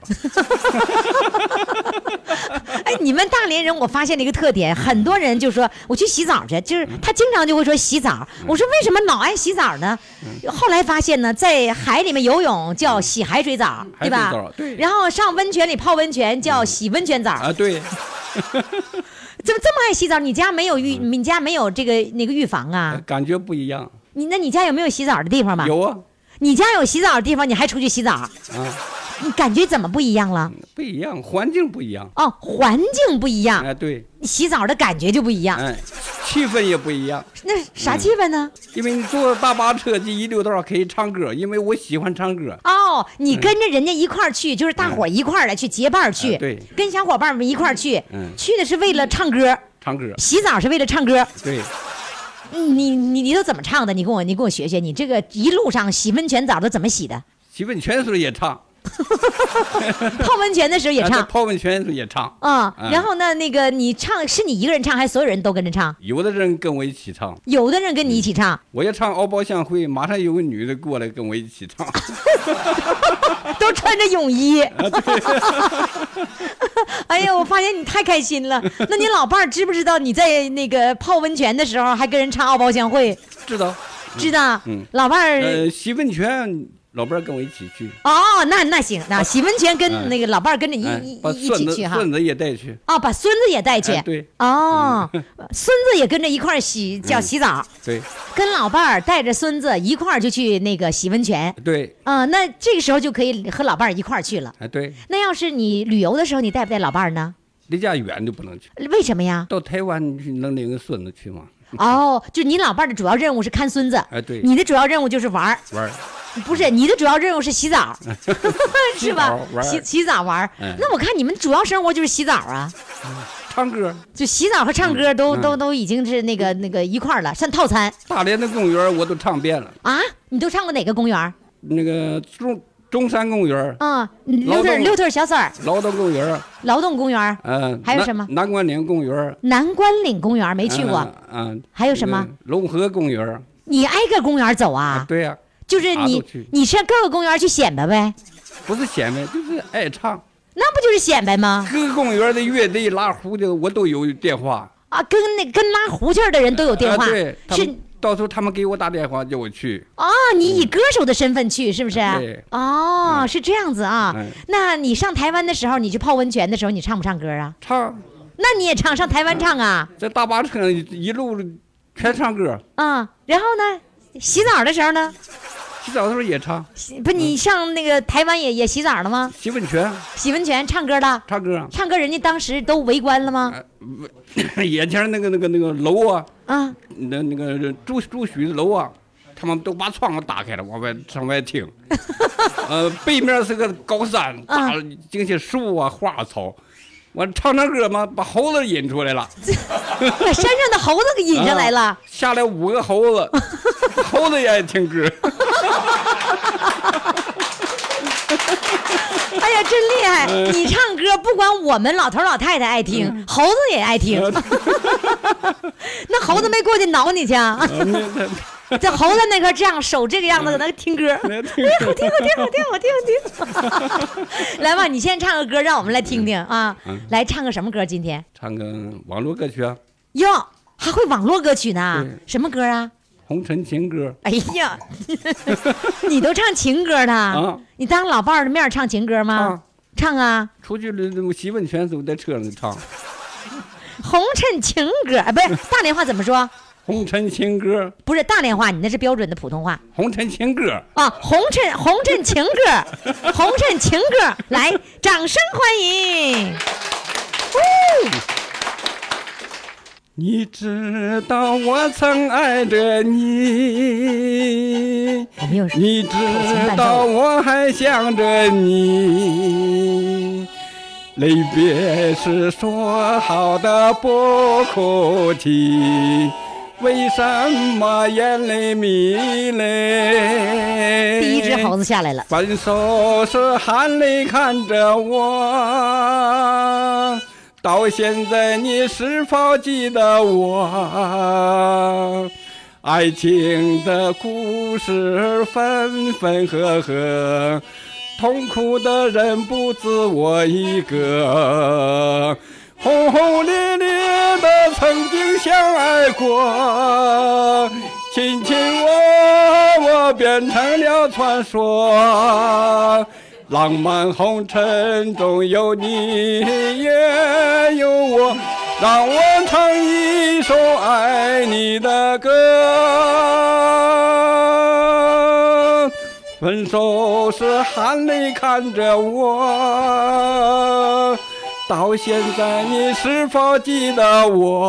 [SPEAKER 3] 哎，你们大连人，我发现了一个特点，很多人就说我去洗澡去，就是他经常就会说洗澡。我说为什么老爱洗澡呢？后来发现呢，在海里面游泳叫洗海水澡，对吧？
[SPEAKER 7] 对。
[SPEAKER 3] 然后上温泉里泡温泉叫洗温泉澡
[SPEAKER 7] 啊，对。
[SPEAKER 3] 怎么这么爱洗澡？你家没有浴，你家没有这个那个浴房啊？
[SPEAKER 7] 感觉不一样。
[SPEAKER 3] 你那你家有没有洗澡的地方吗？
[SPEAKER 7] 有啊。
[SPEAKER 3] 你家有洗澡的地方，你还出去洗澡啊？你感觉怎么不一样了？
[SPEAKER 7] 不一样，环境不一样。
[SPEAKER 3] 哦，环境不一样。
[SPEAKER 7] 哎，对。
[SPEAKER 3] 洗澡的感觉就不一样。
[SPEAKER 7] 哎，气氛也不一样。
[SPEAKER 3] 那啥气氛呢？
[SPEAKER 7] 嗯、因为你坐大巴车就一溜道可以唱歌，因为我喜欢唱歌。
[SPEAKER 3] 哦，你跟着人家一块儿去，嗯、就是大伙儿一块儿来去结伴去、
[SPEAKER 7] 嗯。对。
[SPEAKER 3] 跟小伙伴们一块儿去，嗯，去的是为了唱歌。
[SPEAKER 7] 唱歌。
[SPEAKER 3] 洗澡是为了唱歌。
[SPEAKER 7] 对。
[SPEAKER 3] 你你你都怎么唱的？你跟我你跟我学学，你这个一路上洗温泉澡都怎么洗的？
[SPEAKER 7] 洗温泉的时候也唱。
[SPEAKER 3] 泡温泉的时候也唱，
[SPEAKER 7] 泡温泉的时候也唱
[SPEAKER 3] 啊、嗯。然后呢，那个你唱是你一个人唱，还是所有人都跟着唱？
[SPEAKER 7] 有的人跟我一起唱，
[SPEAKER 3] 有的人跟你一起唱。嗯、
[SPEAKER 7] 我也唱《敖包相会》，马上有个女的过来跟我一起唱，
[SPEAKER 3] 都穿着泳衣。哎呀，我发现你太开心了。那你老伴儿知不知道你在那个泡温泉的时候还跟人唱《敖包相会》？
[SPEAKER 7] 知道，
[SPEAKER 3] 知道。
[SPEAKER 7] 嗯，
[SPEAKER 3] 老伴儿
[SPEAKER 7] 呃洗温泉。老伴儿跟我一起去
[SPEAKER 3] 哦，那那行，那洗温泉跟那个老伴儿跟着一、哎、一一起去哈，
[SPEAKER 7] 孙子也带去
[SPEAKER 3] 哦，把孙子也带去，
[SPEAKER 7] 哎、对，
[SPEAKER 3] 哦，嗯、孙子也跟着一块儿洗，叫洗澡、
[SPEAKER 7] 嗯，对，
[SPEAKER 3] 跟老伴儿带着孙子一块儿就去那个洗温泉，
[SPEAKER 7] 对，
[SPEAKER 3] 啊、呃，那这个时候就可以和老伴儿一块儿去了，
[SPEAKER 7] 哎，对，
[SPEAKER 3] 那要是你旅游的时候，你带不带老伴儿呢？
[SPEAKER 7] 离家远就不能去，
[SPEAKER 3] 为什么呀？
[SPEAKER 7] 到台湾你能领个孙子去吗？
[SPEAKER 3] 哦，就你老伴儿的主要任务是看孙子，
[SPEAKER 7] 哎，对，
[SPEAKER 3] 你的主要任务就是玩儿，
[SPEAKER 7] 玩儿。
[SPEAKER 3] 不是你的主要任务是洗澡，是吧？洗洗澡玩、嗯。那我看你们主要生活就是洗澡啊，
[SPEAKER 7] 嗯、唱歌，
[SPEAKER 3] 就洗澡和唱歌都、嗯、都都已经是那个那个一块了，算套餐。
[SPEAKER 7] 大连的公园我都唱遍了
[SPEAKER 3] 啊！你都唱过哪个公园？
[SPEAKER 7] 那个中中山公园
[SPEAKER 3] 啊，溜腿溜腿小三儿，
[SPEAKER 7] 劳动公园，
[SPEAKER 3] 劳动公园，
[SPEAKER 7] 嗯，
[SPEAKER 3] 还有什么？
[SPEAKER 7] 南关岭公园，
[SPEAKER 3] 南关岭公园没去过，
[SPEAKER 7] 嗯，嗯
[SPEAKER 3] 还有什么？
[SPEAKER 7] 龙河公园，
[SPEAKER 3] 你挨个公园走啊？
[SPEAKER 7] 啊对呀、啊。
[SPEAKER 3] 就是你，你上各个公园去显摆呗？
[SPEAKER 7] 不是显摆，就是爱唱。
[SPEAKER 3] 那不就是显摆吗？
[SPEAKER 7] 各个公园的乐队拉胡的，我都有电话
[SPEAKER 3] 啊，跟那跟拉胡琴的人都有电话。
[SPEAKER 7] 啊、对，
[SPEAKER 3] 是
[SPEAKER 7] 到时候他们给我打电话叫我去。
[SPEAKER 3] 哦，你以歌手的身份去，是不是？
[SPEAKER 7] 对。
[SPEAKER 3] 哦、嗯，是这样子啊、
[SPEAKER 7] 嗯。
[SPEAKER 3] 那你上台湾的时候，你去泡温泉的时候，你唱不唱歌啊？
[SPEAKER 7] 唱。
[SPEAKER 3] 那你也唱，上台湾唱啊？
[SPEAKER 7] 在大巴车一路全唱歌。
[SPEAKER 3] 啊、嗯，然后呢？洗澡的时候呢？
[SPEAKER 7] 洗澡的时候也唱，
[SPEAKER 3] 不，你上那个台湾也也洗澡了吗？
[SPEAKER 7] 洗温泉，
[SPEAKER 3] 洗温泉，唱歌的，
[SPEAKER 7] 唱歌，
[SPEAKER 3] 唱歌，人家当时都围观了吗？
[SPEAKER 7] 呃、眼前那个那个那个楼啊，
[SPEAKER 3] 啊，
[SPEAKER 7] 那那个朱朱许的楼啊，他们都把窗户打开了，往外上外听。呃，背面是个高山，大这些树啊、花草。我唱唱歌嘛，把猴子引出来了，
[SPEAKER 3] 把山上的猴子给引上来了。啊、
[SPEAKER 7] 下来五个猴子，猴子也爱听歌。
[SPEAKER 3] 哎呀，真厉害！你唱歌不光我们老头老太太爱听，嗯、猴子也爱听。那猴子没过去挠你去啊？这猴子那块这样手这个样子搁那听歌，哎，好听好听好听好听好听。来吧，你先唱个歌，让我们来听听啊！嗯、来唱个什么歌？今天
[SPEAKER 7] 唱个网络歌曲啊。
[SPEAKER 3] 哟，还会网络歌曲呢？什么歌啊？
[SPEAKER 7] 红尘情歌。
[SPEAKER 3] 哎呀，你都唱情歌的？
[SPEAKER 7] 啊、
[SPEAKER 3] 你当老伴儿的面唱情歌吗？
[SPEAKER 7] 啊
[SPEAKER 3] 唱啊！
[SPEAKER 7] 出去洗温泉时候在车上唱。
[SPEAKER 3] 红尘情歌，哎，不是大连话怎么说？
[SPEAKER 7] 红尘情歌
[SPEAKER 3] 不是大连话，你那是标准的普通话。
[SPEAKER 7] 红尘情歌
[SPEAKER 3] 啊，红尘红尘情歌，红尘情歌，来，掌声欢迎！哦，
[SPEAKER 7] 你知道我曾爱着你，你知道我还想着你。离别时说好的不哭泣，为什么眼泪迷泪？
[SPEAKER 3] 第一只猴子下来了。
[SPEAKER 7] 分手时含泪看着我，到现在你是否记得我？爱情的故事分分合合，痛苦的人不止我一个，轰轰烈烈的曾经相爱过，亲亲我我变成了传说，浪漫红尘中有你也有我，让我唱一首爱你的歌。分手时含泪看着我，到现在你是否记得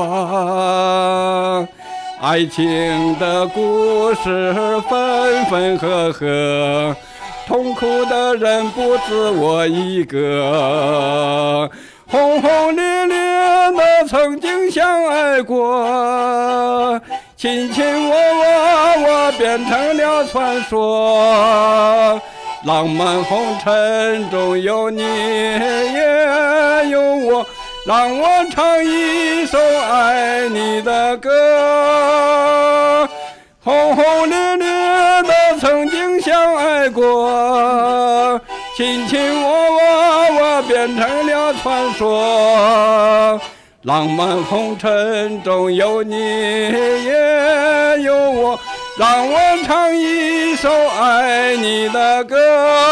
[SPEAKER 7] 我？爱情的故事分分合合，痛苦的人不止我一个，轰轰烈烈的曾经相爱过，亲亲我我我变成了传说， 浪漫红尘中有你也有我，让我唱一首爱你的歌。轰轰烈烈的曾经相爱过，卿卿我我我变成了传说。浪漫红尘中有你也有我，让我唱一首爱你的歌。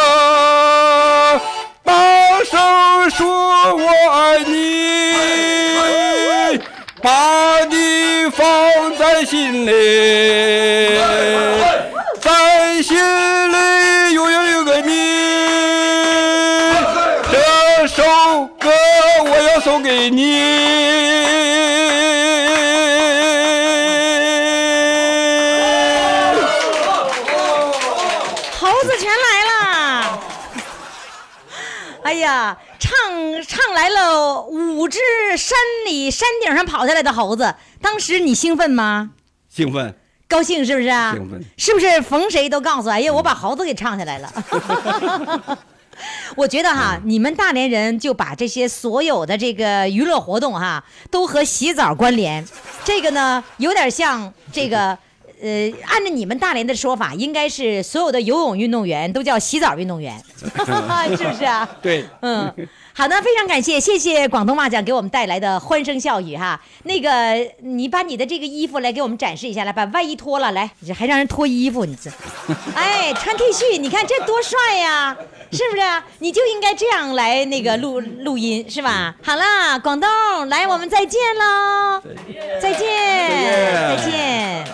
[SPEAKER 7] 大声说我爱你，把你放在心里，在心里永远有个你。这首歌我要送给你。
[SPEAKER 3] 哎呀，唱唱来了五只山里山顶上跑下来的猴子，当时你兴奋吗？
[SPEAKER 7] 兴奋，
[SPEAKER 3] 高兴是不是啊？
[SPEAKER 7] 兴奋，
[SPEAKER 3] 是不是逢谁都告诉哎呀，我把猴子给唱下来了。我觉得哈，你们大连人就把这些所有的这个娱乐活动哈，都和洗澡关联。这个呢，有点像这个。呃，按照你们大连的说法，应该是所有的游泳运动员都叫洗澡运动员，是不是啊？
[SPEAKER 7] 对，
[SPEAKER 3] 嗯，好的，非常感谢，谢谢广东话讲给我们带来的欢声笑语哈。那个，你把你的这个衣服来给我们展示一下，来把外衣脱了，来，还让人脱衣服，你这，哎，穿 T 恤，你看这多帅呀，是不是？你就应该这样来那个录录音，是吧？好了，广东，来，我们再见喽，再见，再见。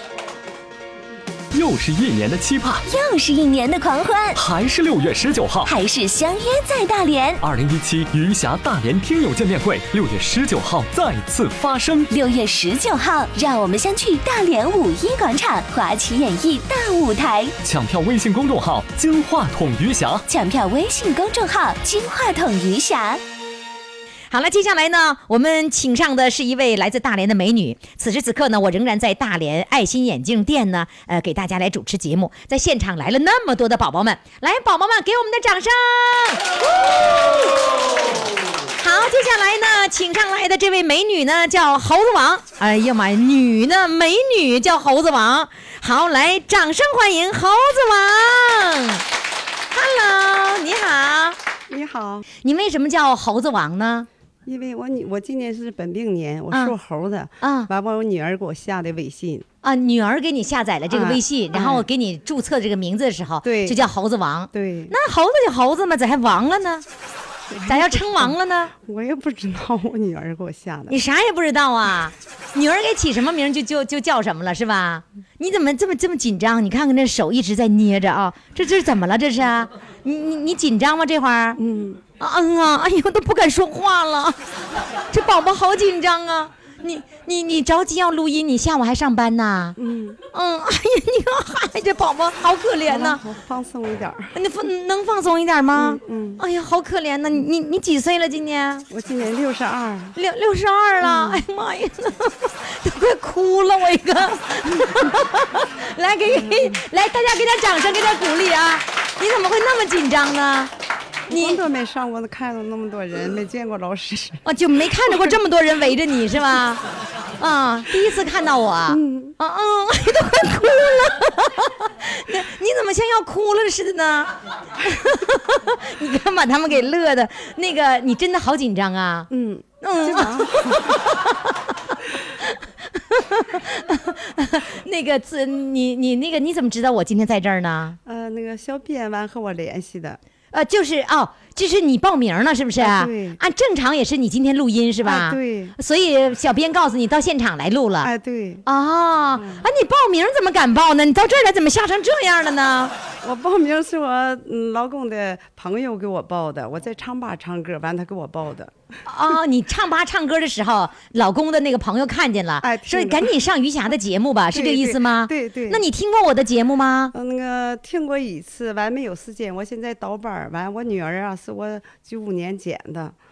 [SPEAKER 1] 又是一年的期盼，
[SPEAKER 2] 又是一年的狂欢，
[SPEAKER 1] 还是六月十九号，
[SPEAKER 2] 还是相约在大连。
[SPEAKER 1] 二零一七余霞大连听友见面会，六月十九号再次发生。
[SPEAKER 2] 六月十九号，让我们相聚大连五一广场华旗演艺大舞台。
[SPEAKER 1] 抢票微信公众号金话筒余霞，
[SPEAKER 2] 抢票微信公众号金话筒余霞。
[SPEAKER 3] 好了，接下来呢，我们请上的是一位来自大连的美女。此时此刻呢，我仍然在大连爱心眼镜店呢，呃，给大家来主持节目。在现场来了那么多的宝宝们，来，宝宝们给我们的掌声。好，接下来呢，请上来的这位美女呢，叫猴子王。哎呀妈呀，女呢，美女叫猴子王。好，来，掌声欢迎猴子王。Hello， 你好。
[SPEAKER 8] 你好。
[SPEAKER 3] 你为什么叫猴子王呢？
[SPEAKER 8] 因为我女我今年是本命年，我属猴的
[SPEAKER 3] 啊。
[SPEAKER 8] 完完我女儿给我下的微信
[SPEAKER 3] 啊，女儿给你下载了这个微信，
[SPEAKER 8] 啊、
[SPEAKER 3] 然后我给你注册这个名字的时候，
[SPEAKER 8] 对，
[SPEAKER 3] 就叫猴子王。
[SPEAKER 8] 对，
[SPEAKER 3] 那猴子就猴子嘛，咋还王了呢？咋要称王了呢？
[SPEAKER 8] 我也不知道，我女儿给我下的。
[SPEAKER 3] 你啥也不知道啊？女儿给起什么名就就就叫什么了是吧？你怎么这么这么紧张？你看看这手一直在捏着啊，这这是怎么了？这是啊？你你你紧张吗？这会儿？
[SPEAKER 8] 嗯。
[SPEAKER 3] 嗯啊，哎呦，都不敢说话了，这宝宝好紧张啊！你你你着急要录音，你下午还上班呢？
[SPEAKER 8] 嗯
[SPEAKER 3] 嗯，哎呀，你看，嗨，这宝宝好可怜呐！
[SPEAKER 8] 我放松一点。
[SPEAKER 3] 你放能放松一点吗？
[SPEAKER 8] 嗯。嗯
[SPEAKER 3] 哎呀，好可怜呐！你你你几岁了？今年？
[SPEAKER 8] 我今年六十二。
[SPEAKER 3] 六六十二了！嗯、哎呀妈呀，都快哭了我一个！来给给来，大家给点掌声，给点鼓励啊！你怎么会那么紧张呢？
[SPEAKER 8] 你都没上过，看到那么多人，没见过老师
[SPEAKER 3] 啊，就没看到过这么多人围着你是吧？啊，第一次看到我，嗯嗯嗯，都快哭了，你你怎么像要哭了似的呢？你看把他们给乐的，那个你真的好紧张啊？
[SPEAKER 8] 嗯
[SPEAKER 3] 嗯。那个字，你你那个你怎么知道我今天在这儿呢？
[SPEAKER 8] 呃，那个小编完和我联系的。
[SPEAKER 3] 呃，就是哦，就是你报名了，是不是？
[SPEAKER 8] 啊、对。
[SPEAKER 3] 按正常也是你今天录音是吧？
[SPEAKER 8] 啊、对。
[SPEAKER 3] 所以小编告诉你到现场来录了。
[SPEAKER 8] 哎、啊，对。
[SPEAKER 3] 哦，嗯、啊，你报名怎么敢报呢？你到这儿来怎么吓成这样了呢？
[SPEAKER 8] 我报名是我嗯老公的朋友给我报的，我在唱吧唱歌，完他给我报的。
[SPEAKER 3] 哦，你唱吧唱歌的时候，老公的那个朋友看见了，
[SPEAKER 8] 哎，
[SPEAKER 3] 说赶紧上余霞的节目吧，是这个意思吗？
[SPEAKER 8] 对 对, 对。
[SPEAKER 3] 那你听过我的节目吗？
[SPEAKER 8] 嗯，那个听过一次，完没有时间，我现在倒班，完我女儿啊是我九五年捡的。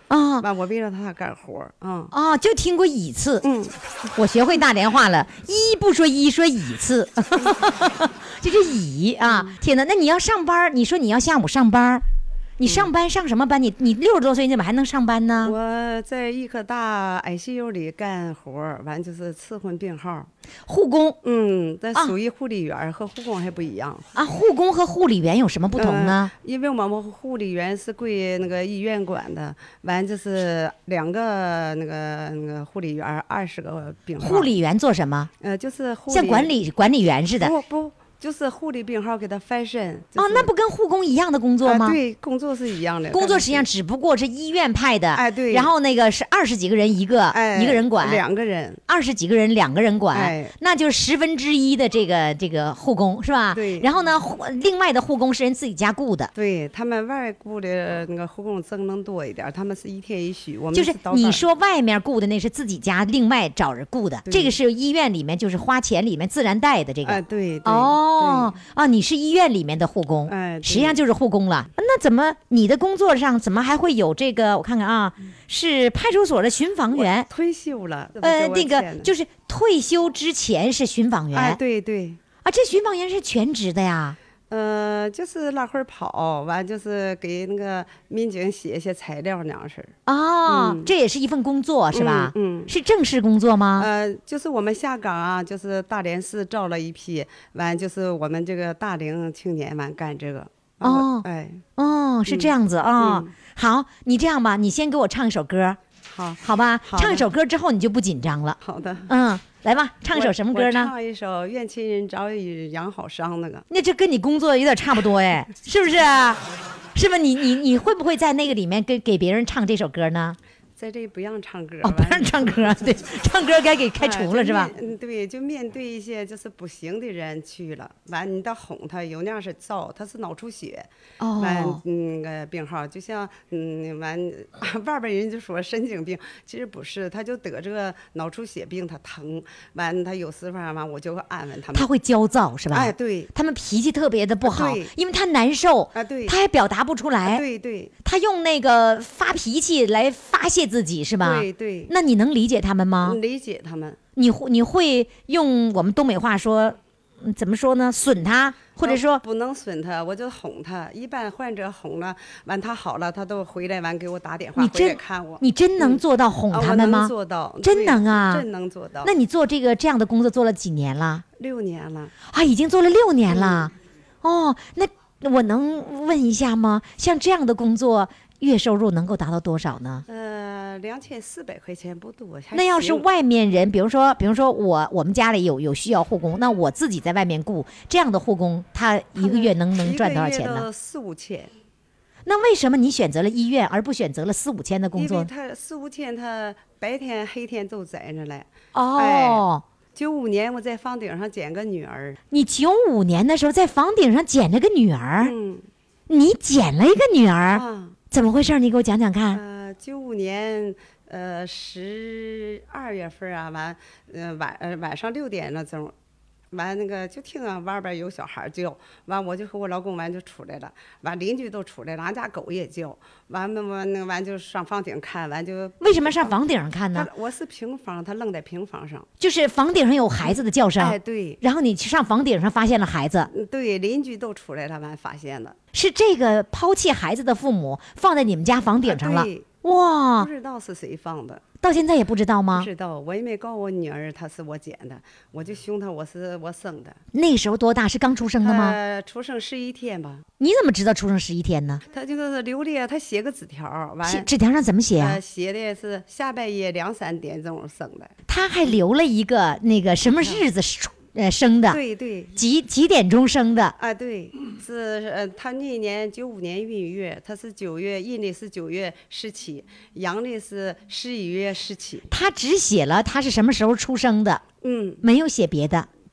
[SPEAKER 3] 啊，
[SPEAKER 8] 完我围着他干活儿，嗯
[SPEAKER 3] 啊，就听过乙次，
[SPEAKER 8] 嗯，
[SPEAKER 3] 我学会大连话了，一不说一，说乙次，这是乙啊！天哪，那你要上班，你说你要下午上班。你上班上什么班？你你六十多岁，你怎么还能上班呢？
[SPEAKER 8] 我在医科大 I C U 里干活，完就是伺候病号。
[SPEAKER 3] 护工，
[SPEAKER 8] 嗯，但属于护理员，和护工还不一样
[SPEAKER 3] 啊。护工和护理员有什么不同呢？
[SPEAKER 8] 呃、因为我们护理员是归那个医院管的，完就是两个那个那个护理员，二十个病号。
[SPEAKER 3] 护理员做什么？
[SPEAKER 8] 呃，就是护理
[SPEAKER 3] 像管理管理员似的。
[SPEAKER 8] 不不。就是护理病号给他翻身、就是、
[SPEAKER 3] 哦，那不跟护工一样的工作吗？
[SPEAKER 8] 啊、对，工作是一样的。
[SPEAKER 3] 工作实际上只不过是医院派的，
[SPEAKER 8] 哎，对。
[SPEAKER 3] 然后那个是二十几个人一个，
[SPEAKER 8] 哎，
[SPEAKER 3] 一个人管
[SPEAKER 8] 两个人，
[SPEAKER 3] 二十几个人两个人管，
[SPEAKER 8] 哎，
[SPEAKER 3] 那就是十分之一的这个这个护工是吧？
[SPEAKER 8] 对。
[SPEAKER 3] 然后呢，另外的护工是人自己家雇的，
[SPEAKER 8] 对他们外雇的那个护工挣能多一点，他们是一天一宿，我们
[SPEAKER 3] 就是你说外面雇的那是自己家另外找人雇的，这个是医院里面就是花钱里面自然带的这个。
[SPEAKER 8] 哎，对。对
[SPEAKER 3] 哦啊。你是医院里面的护工，
[SPEAKER 8] 哎，
[SPEAKER 3] 实际上就是护工了。那怎么你的工作上怎么还会有这个？我看看啊，是派出所的巡访员。
[SPEAKER 8] 退休了，
[SPEAKER 3] 呃，那个就是退休之前是巡访员。
[SPEAKER 8] 哎，对对。
[SPEAKER 3] 啊，这巡访员是全职的呀。
[SPEAKER 8] 呃，就是拉会儿跑，完就是给那个民警写一些材料那样式儿。
[SPEAKER 3] 哦、嗯，这也是一份工作是吧？
[SPEAKER 8] 嗯，嗯
[SPEAKER 3] 是正式工作吗？
[SPEAKER 8] 呃，就是我们下岗啊，就是大连市招了一批，完就是我们这个大龄青年完干这个。
[SPEAKER 3] 哦，
[SPEAKER 8] 哎，
[SPEAKER 3] 哦，是这样子啊、哦
[SPEAKER 8] 嗯。
[SPEAKER 3] 好，你这样吧，你先给我唱一首歌。
[SPEAKER 8] 好，
[SPEAKER 3] 好吧，唱一首歌之后你就不紧张了。
[SPEAKER 8] 好的，
[SPEAKER 3] 嗯，来吧，唱一首什么歌呢？
[SPEAKER 8] 唱一首《愿亲人早已养好伤》那个。
[SPEAKER 3] 那这跟你工作有点差不多哎，是不是啊？是吧？你你你会不会在那个里面给给别人唱这首歌呢？
[SPEAKER 8] 在这不让唱歌，
[SPEAKER 3] 哦，不让唱歌，对，唱歌该给开除了、啊、是吧？
[SPEAKER 8] 嗯，对，就面对一些就是不行的人去了，完你得哄他，有那样是造，他是脑出血，
[SPEAKER 3] 哦，
[SPEAKER 8] 完那个病号，就像嗯完外边人就说神经病，其实不是，他就得这个脑出血病，他疼，完他有时候完我就会安慰他们，
[SPEAKER 3] 他会焦躁是吧？
[SPEAKER 8] 哎，对，
[SPEAKER 3] 他们脾气特别的不好，
[SPEAKER 8] 对，
[SPEAKER 3] 因为他难受
[SPEAKER 8] 啊，对，
[SPEAKER 3] 他还表达不出来，
[SPEAKER 8] 对对，
[SPEAKER 3] 他用那个发脾气来发泄自己是吧？
[SPEAKER 8] 对对，
[SPEAKER 3] 那你能理解他们吗？
[SPEAKER 8] 理解他们。
[SPEAKER 3] 你会你会用我们东北话说，怎么说呢？损他，或者说、
[SPEAKER 8] 哦、不能损他，我就哄他。一般患者哄了，完他好了，他都回来完给我打电话，
[SPEAKER 3] 你真
[SPEAKER 8] 回来看我。
[SPEAKER 3] 你真能做到哄他们吗？
[SPEAKER 8] 嗯哦、能做到，
[SPEAKER 3] 真能啊，
[SPEAKER 8] 真能做到。
[SPEAKER 3] 那你做这个这样的工作做了几年了？
[SPEAKER 8] 六年了。
[SPEAKER 3] 啊，已经做了六年了。嗯、哦，那我能问一下吗？像这样的工作，月收入能够达到多少呢？
[SPEAKER 8] 呃，两千四百块钱不多。
[SPEAKER 3] 那要是外面人，比如说，比如说我我们家里有有需要护工，那我自己在外面雇这样的护工，他一个月能能赚多少钱呢？
[SPEAKER 8] 四五千。
[SPEAKER 3] 那为什么你选择了医院，而不选择了四五千的工作？
[SPEAKER 8] 因为他四五千，他白天黑天都在那来。
[SPEAKER 3] 哦。
[SPEAKER 8] 哎九五年我在房顶上捡个女儿。
[SPEAKER 3] 你九五年的时候在房顶上捡了个女儿？
[SPEAKER 8] 嗯。
[SPEAKER 3] 你捡了一个女儿？
[SPEAKER 8] 啊。
[SPEAKER 3] 怎么回事？你给我讲讲看。
[SPEAKER 8] 呃，九五年，呃，十二月份啊，完，呃晚呃晚上六点那钟，完那个就听啊外边有小孩叫，完我就和我老公完就出来了，完邻居都出来了，俺家狗也叫，完完完那完就上房顶看，完就
[SPEAKER 3] 为什么上房顶上看呢？
[SPEAKER 8] 我是平房，他扔在平房上，
[SPEAKER 3] 就是房顶上有孩子的叫声。
[SPEAKER 8] 哎，对。
[SPEAKER 3] 然后你去上房顶上发现了孩子。
[SPEAKER 8] 对，邻居都出来了，完发现了。
[SPEAKER 3] 是这个抛弃孩子的父母放在你们家房顶上了。
[SPEAKER 8] 啊、
[SPEAKER 3] 哇！
[SPEAKER 8] 不知道是谁放的。
[SPEAKER 3] 到现在也不知道吗？
[SPEAKER 8] 不知道，我也没告诉我女儿，她是我捡的，我就凶她，我是我生的。
[SPEAKER 3] 那时候多大？是刚出生的吗？
[SPEAKER 8] 呃，出生十一天吧。
[SPEAKER 3] 你怎么知道出生十一天呢？
[SPEAKER 8] 他就是留的，他写个纸条，完
[SPEAKER 3] 纸条上怎么写啊？
[SPEAKER 8] 呃、写的是下半夜两三点钟生的。
[SPEAKER 3] 他还留了一个那个什么日子呃生的？
[SPEAKER 8] 对对。
[SPEAKER 3] 几几点钟生的？
[SPEAKER 8] 啊，对，是呃，他那一年九五年闰月，他是九月，阴历是九月十七，阳历是十一月十七。
[SPEAKER 3] 他只写了他是什么时候出生的，
[SPEAKER 8] 嗯，
[SPEAKER 3] 没有写别的。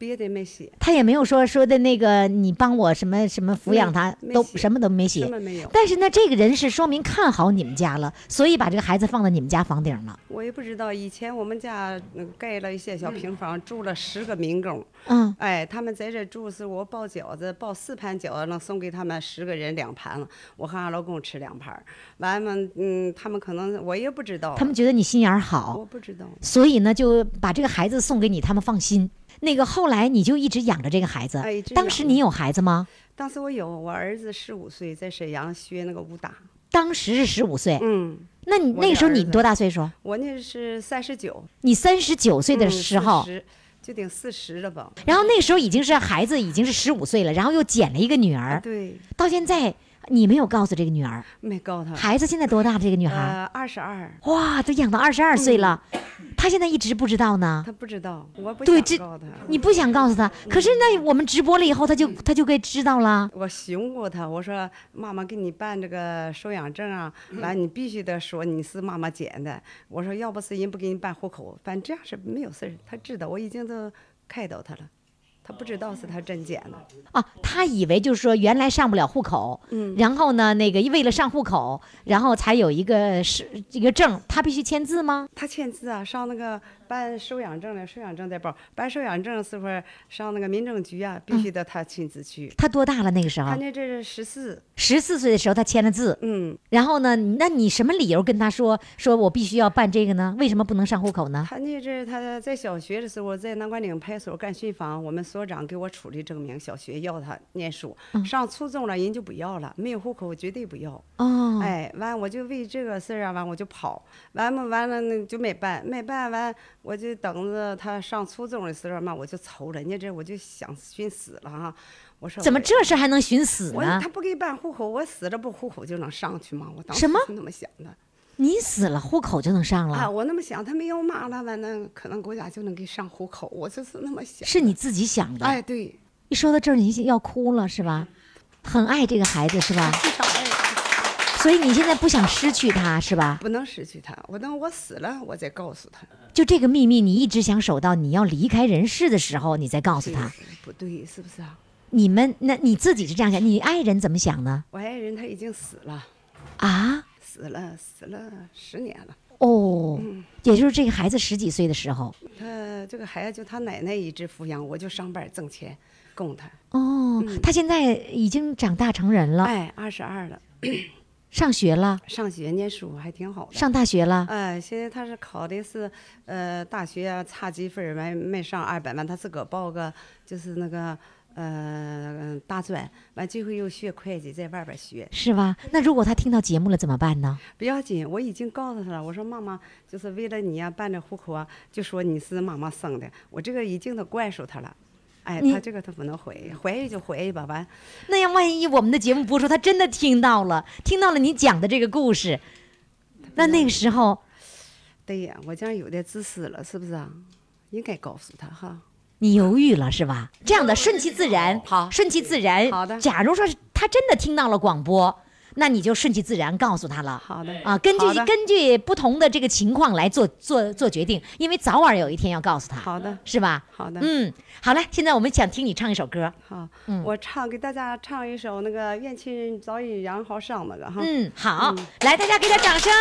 [SPEAKER 8] 别的没写。
[SPEAKER 3] 他也没有说说的那个你帮我什么什么抚养他，都
[SPEAKER 8] 写
[SPEAKER 3] 什么都没写。
[SPEAKER 8] 什么没有。
[SPEAKER 3] 但是呢，这个人是说明看好你们家了，所以把这个孩子放到你们家房顶了。
[SPEAKER 8] 我也不知道，以前我们家盖了一些小平房，住了十个民工。
[SPEAKER 3] 嗯，
[SPEAKER 8] 哎，他们在这住是我包饺子，包四盘饺子能送给他们十个人两盘了，我和俺老公吃两盘。完了，嗯，他们可能我也不知道，
[SPEAKER 3] 他们觉得你心眼好，
[SPEAKER 8] 我不知道，
[SPEAKER 3] 所以呢就把这个孩子送给你，他们放心。那个后来你就一直养着这个孩子，
[SPEAKER 8] 哎，
[SPEAKER 3] 当时你有孩子吗？
[SPEAKER 8] 当时我有，我儿子十五岁，在沈阳学那个武打。
[SPEAKER 3] 当时是十五岁，
[SPEAKER 8] 嗯，
[SPEAKER 3] 那你那个时候你多大岁数？
[SPEAKER 8] 我那是三十九。
[SPEAKER 3] 你三十九岁的时候。
[SPEAKER 8] 嗯就顶四十了吧。
[SPEAKER 3] 然后那时候已经是孩子已经是十五岁了，然后又捡了一个女儿。
[SPEAKER 8] 啊、对。
[SPEAKER 3] 到现在你没有告诉这个女儿？
[SPEAKER 8] 没告诉她。
[SPEAKER 3] 孩子现在多大？这个女孩？
[SPEAKER 8] 呃，二十二。
[SPEAKER 3] 哇，都养到二十二岁了，嗯、她现在一直不知道呢。
[SPEAKER 8] 她不知道，我不
[SPEAKER 3] 想
[SPEAKER 8] 告诉她。
[SPEAKER 3] 你不想告诉她，可是那我们直播了以后，她就她就该知道了。
[SPEAKER 8] 我询过她，我说妈妈给你办这个收养证啊，完你必须得说你是妈妈捡的。我说要不是人不给你办户口，反正这样是没有事儿。她知道，我已经都。开导他了，他不知道是他真捡的
[SPEAKER 3] 啊，他以为就是说原来上不了户口，嗯，然后呢，那个为了上户口，然后才有一个是一个证，他必须签字吗？
[SPEAKER 8] 他签字啊，上那个办收养证的，收养证在包，办收养证时候上那个民政局啊，必须得他亲自去。
[SPEAKER 3] 嗯、他多大了那个时候？
[SPEAKER 8] 他那这是十四，
[SPEAKER 3] 十四岁的时候他签了字，
[SPEAKER 8] 嗯，
[SPEAKER 3] 然后呢，那你什么理由跟他说说我必须要办这个呢？为什么不能上户口呢？
[SPEAKER 8] 他那阵他在小学的时候，在南关岭派出所干巡访，我们所长给我处理证明，小学要他念书，嗯、上初中了人就不要了，没有户口绝对不要。
[SPEAKER 3] 哦，
[SPEAKER 8] 哎，完我就为这个事儿啊，完我就跑，完嘛完了呢就没办，没办完我就等着他上初中的时候嘛，我就愁了，人家这我就想寻死了哈。我说
[SPEAKER 3] 怎么这事还能寻死呢？
[SPEAKER 8] 他不给办户口，我死了不户口就能上去吗？我当时
[SPEAKER 3] 什么
[SPEAKER 8] 是那么想的。
[SPEAKER 3] 你死了户口就能上了
[SPEAKER 8] 啊！我那么想，他没有妈了，完了可能国家就能给上户口，我就是那么想。
[SPEAKER 3] 是你自己想的？
[SPEAKER 8] 哎，对。
[SPEAKER 3] 一说到这儿，你要哭了是吧？很爱这个孩子是吧？
[SPEAKER 8] 非常爱他。
[SPEAKER 3] 所以你现在不想失去他是吧？
[SPEAKER 8] 不能失去他，我等我死了我再告诉他。
[SPEAKER 3] 就这个秘密，你一直想守到你要离开人世的时候，你再告诉他。
[SPEAKER 8] 不对，是不是啊？
[SPEAKER 3] 你们那你自己是这样想，你爱人怎么想呢？
[SPEAKER 8] 我爱人他已经死了。
[SPEAKER 3] 啊？
[SPEAKER 8] 死了，死了十年了。
[SPEAKER 3] 哦，
[SPEAKER 8] 嗯，
[SPEAKER 3] 也就是这个孩子十几岁的时候，
[SPEAKER 8] 他这个孩子就他奶奶一直抚养，我就上班挣钱供他。
[SPEAKER 3] 哦，嗯、他现在已经长大成人了，
[SPEAKER 8] 哎，二十二了。
[SPEAKER 3] 上学了，
[SPEAKER 8] 上学念书还挺好的。
[SPEAKER 3] 上大学了，
[SPEAKER 8] 哎、呃，现在他是考的是，呃，大学啊，差几分完没上二百万，他自个报个就是那个呃大专，完这回又学会计，在外边学，
[SPEAKER 3] 是吧？那如果他听到节目了怎么办呢？
[SPEAKER 8] 不要紧，我已经告诉他了，我说妈妈就是为了你呀、啊，办这户口啊，就说你是妈妈生的，我这个已经都灌输他了。哎，他这个他不能怀疑，怀疑就怀疑吧，完。
[SPEAKER 3] 那要万一我们的节目播出，他真的听到了，听到了你讲的这个故事，那那个时候，
[SPEAKER 8] 对呀，我这样有点自私了，是不是啊？应该告诉他哈。
[SPEAKER 3] 你犹豫了是吧？这样的顺其自然，
[SPEAKER 8] 好，
[SPEAKER 3] 顺其自然。
[SPEAKER 8] 好的。
[SPEAKER 3] 假如说是他真的听到了广播，那你就顺其自然告诉他了。
[SPEAKER 8] 好的。
[SPEAKER 3] 啊，根据根据不同的这个情况来做做做决定，因为早晚有一天要告诉他。
[SPEAKER 8] 好的。
[SPEAKER 3] 是吧？
[SPEAKER 8] 好的。
[SPEAKER 3] 嗯，好嘞，现在我们想听你唱一首歌。
[SPEAKER 8] 好，嗯、我唱给大家唱一首那个《愿亲人早已养好伤》那个哈。
[SPEAKER 3] 嗯，好，嗯、来，大家给他掌声。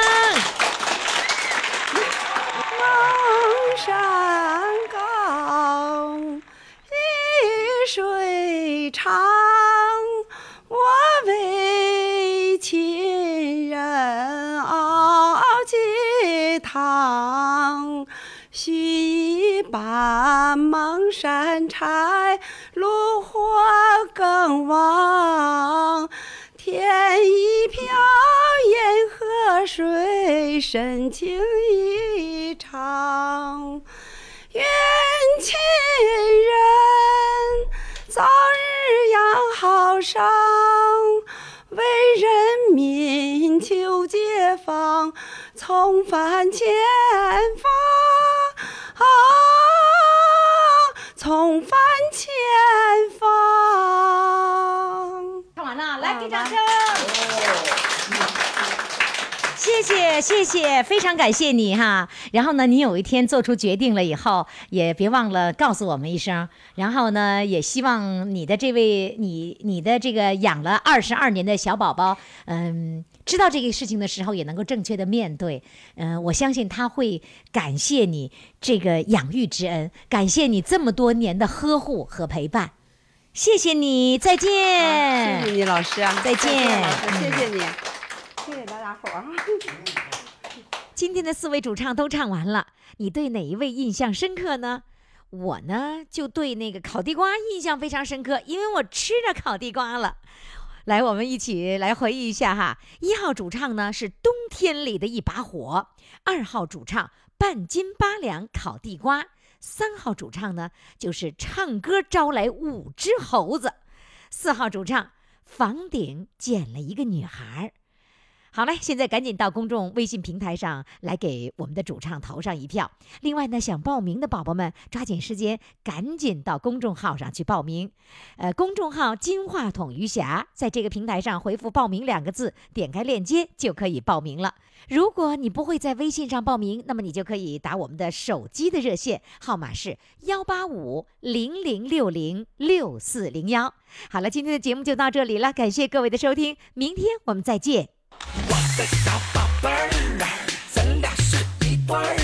[SPEAKER 8] 望山高，雨水长，我为亲人熬鸡汤，须一把蒙山柴，炉火更旺。天一瓢，烟河水，深情一场。愿亲人早日养好伤，为人民求解放，重返前方，啊，重返前方。
[SPEAKER 3] 唱完了，来给掌声。谢谢谢谢谢，非常感谢你哈。然后呢，你有一天做出决定了以后，也别忘了告诉我们一声。然后呢，也希望你的这位你你的这个养了二十二年的小宝宝，嗯，知道这个事情的时候也能够正确的面对。嗯，我相信他会感谢你这个养育之恩，感谢你这么多年的呵护和陪伴。谢谢你，再见。
[SPEAKER 8] 谢谢你老师啊，
[SPEAKER 3] 再见，
[SPEAKER 8] 老师，谢谢你，谢谢大家伙儿。
[SPEAKER 3] 今天的四位主唱都唱完了，你对哪一位印象深刻呢？我呢就对那个烤地瓜印象非常深刻，因为我吃着烤地瓜了。来，我们一起来回忆一下哈。一号主唱呢是冬天里的一把火，二号主唱半斤八两烤地瓜，三号主唱呢就是唱歌招来五只猴子，四号主唱房顶捡了一个女孩。好嘞，现在赶紧到公众微信平台上来给我们的主唱投上一票。另外呢，想报名的宝宝们抓紧时间，赶紧到公众号上去报名。呃，公众号金话筒余霞，在这个平台上回复报名两个字，点开链接就可以报名了。如果你不会在微信上报名，那么你就可以打我们的手机的热线，号码是幺八五零零六零六四零幺。好了，今天的节目就到这里了，感谢各位的收听，明天我们再见。
[SPEAKER 4] 我的小宝贝儿，咱俩是一对儿。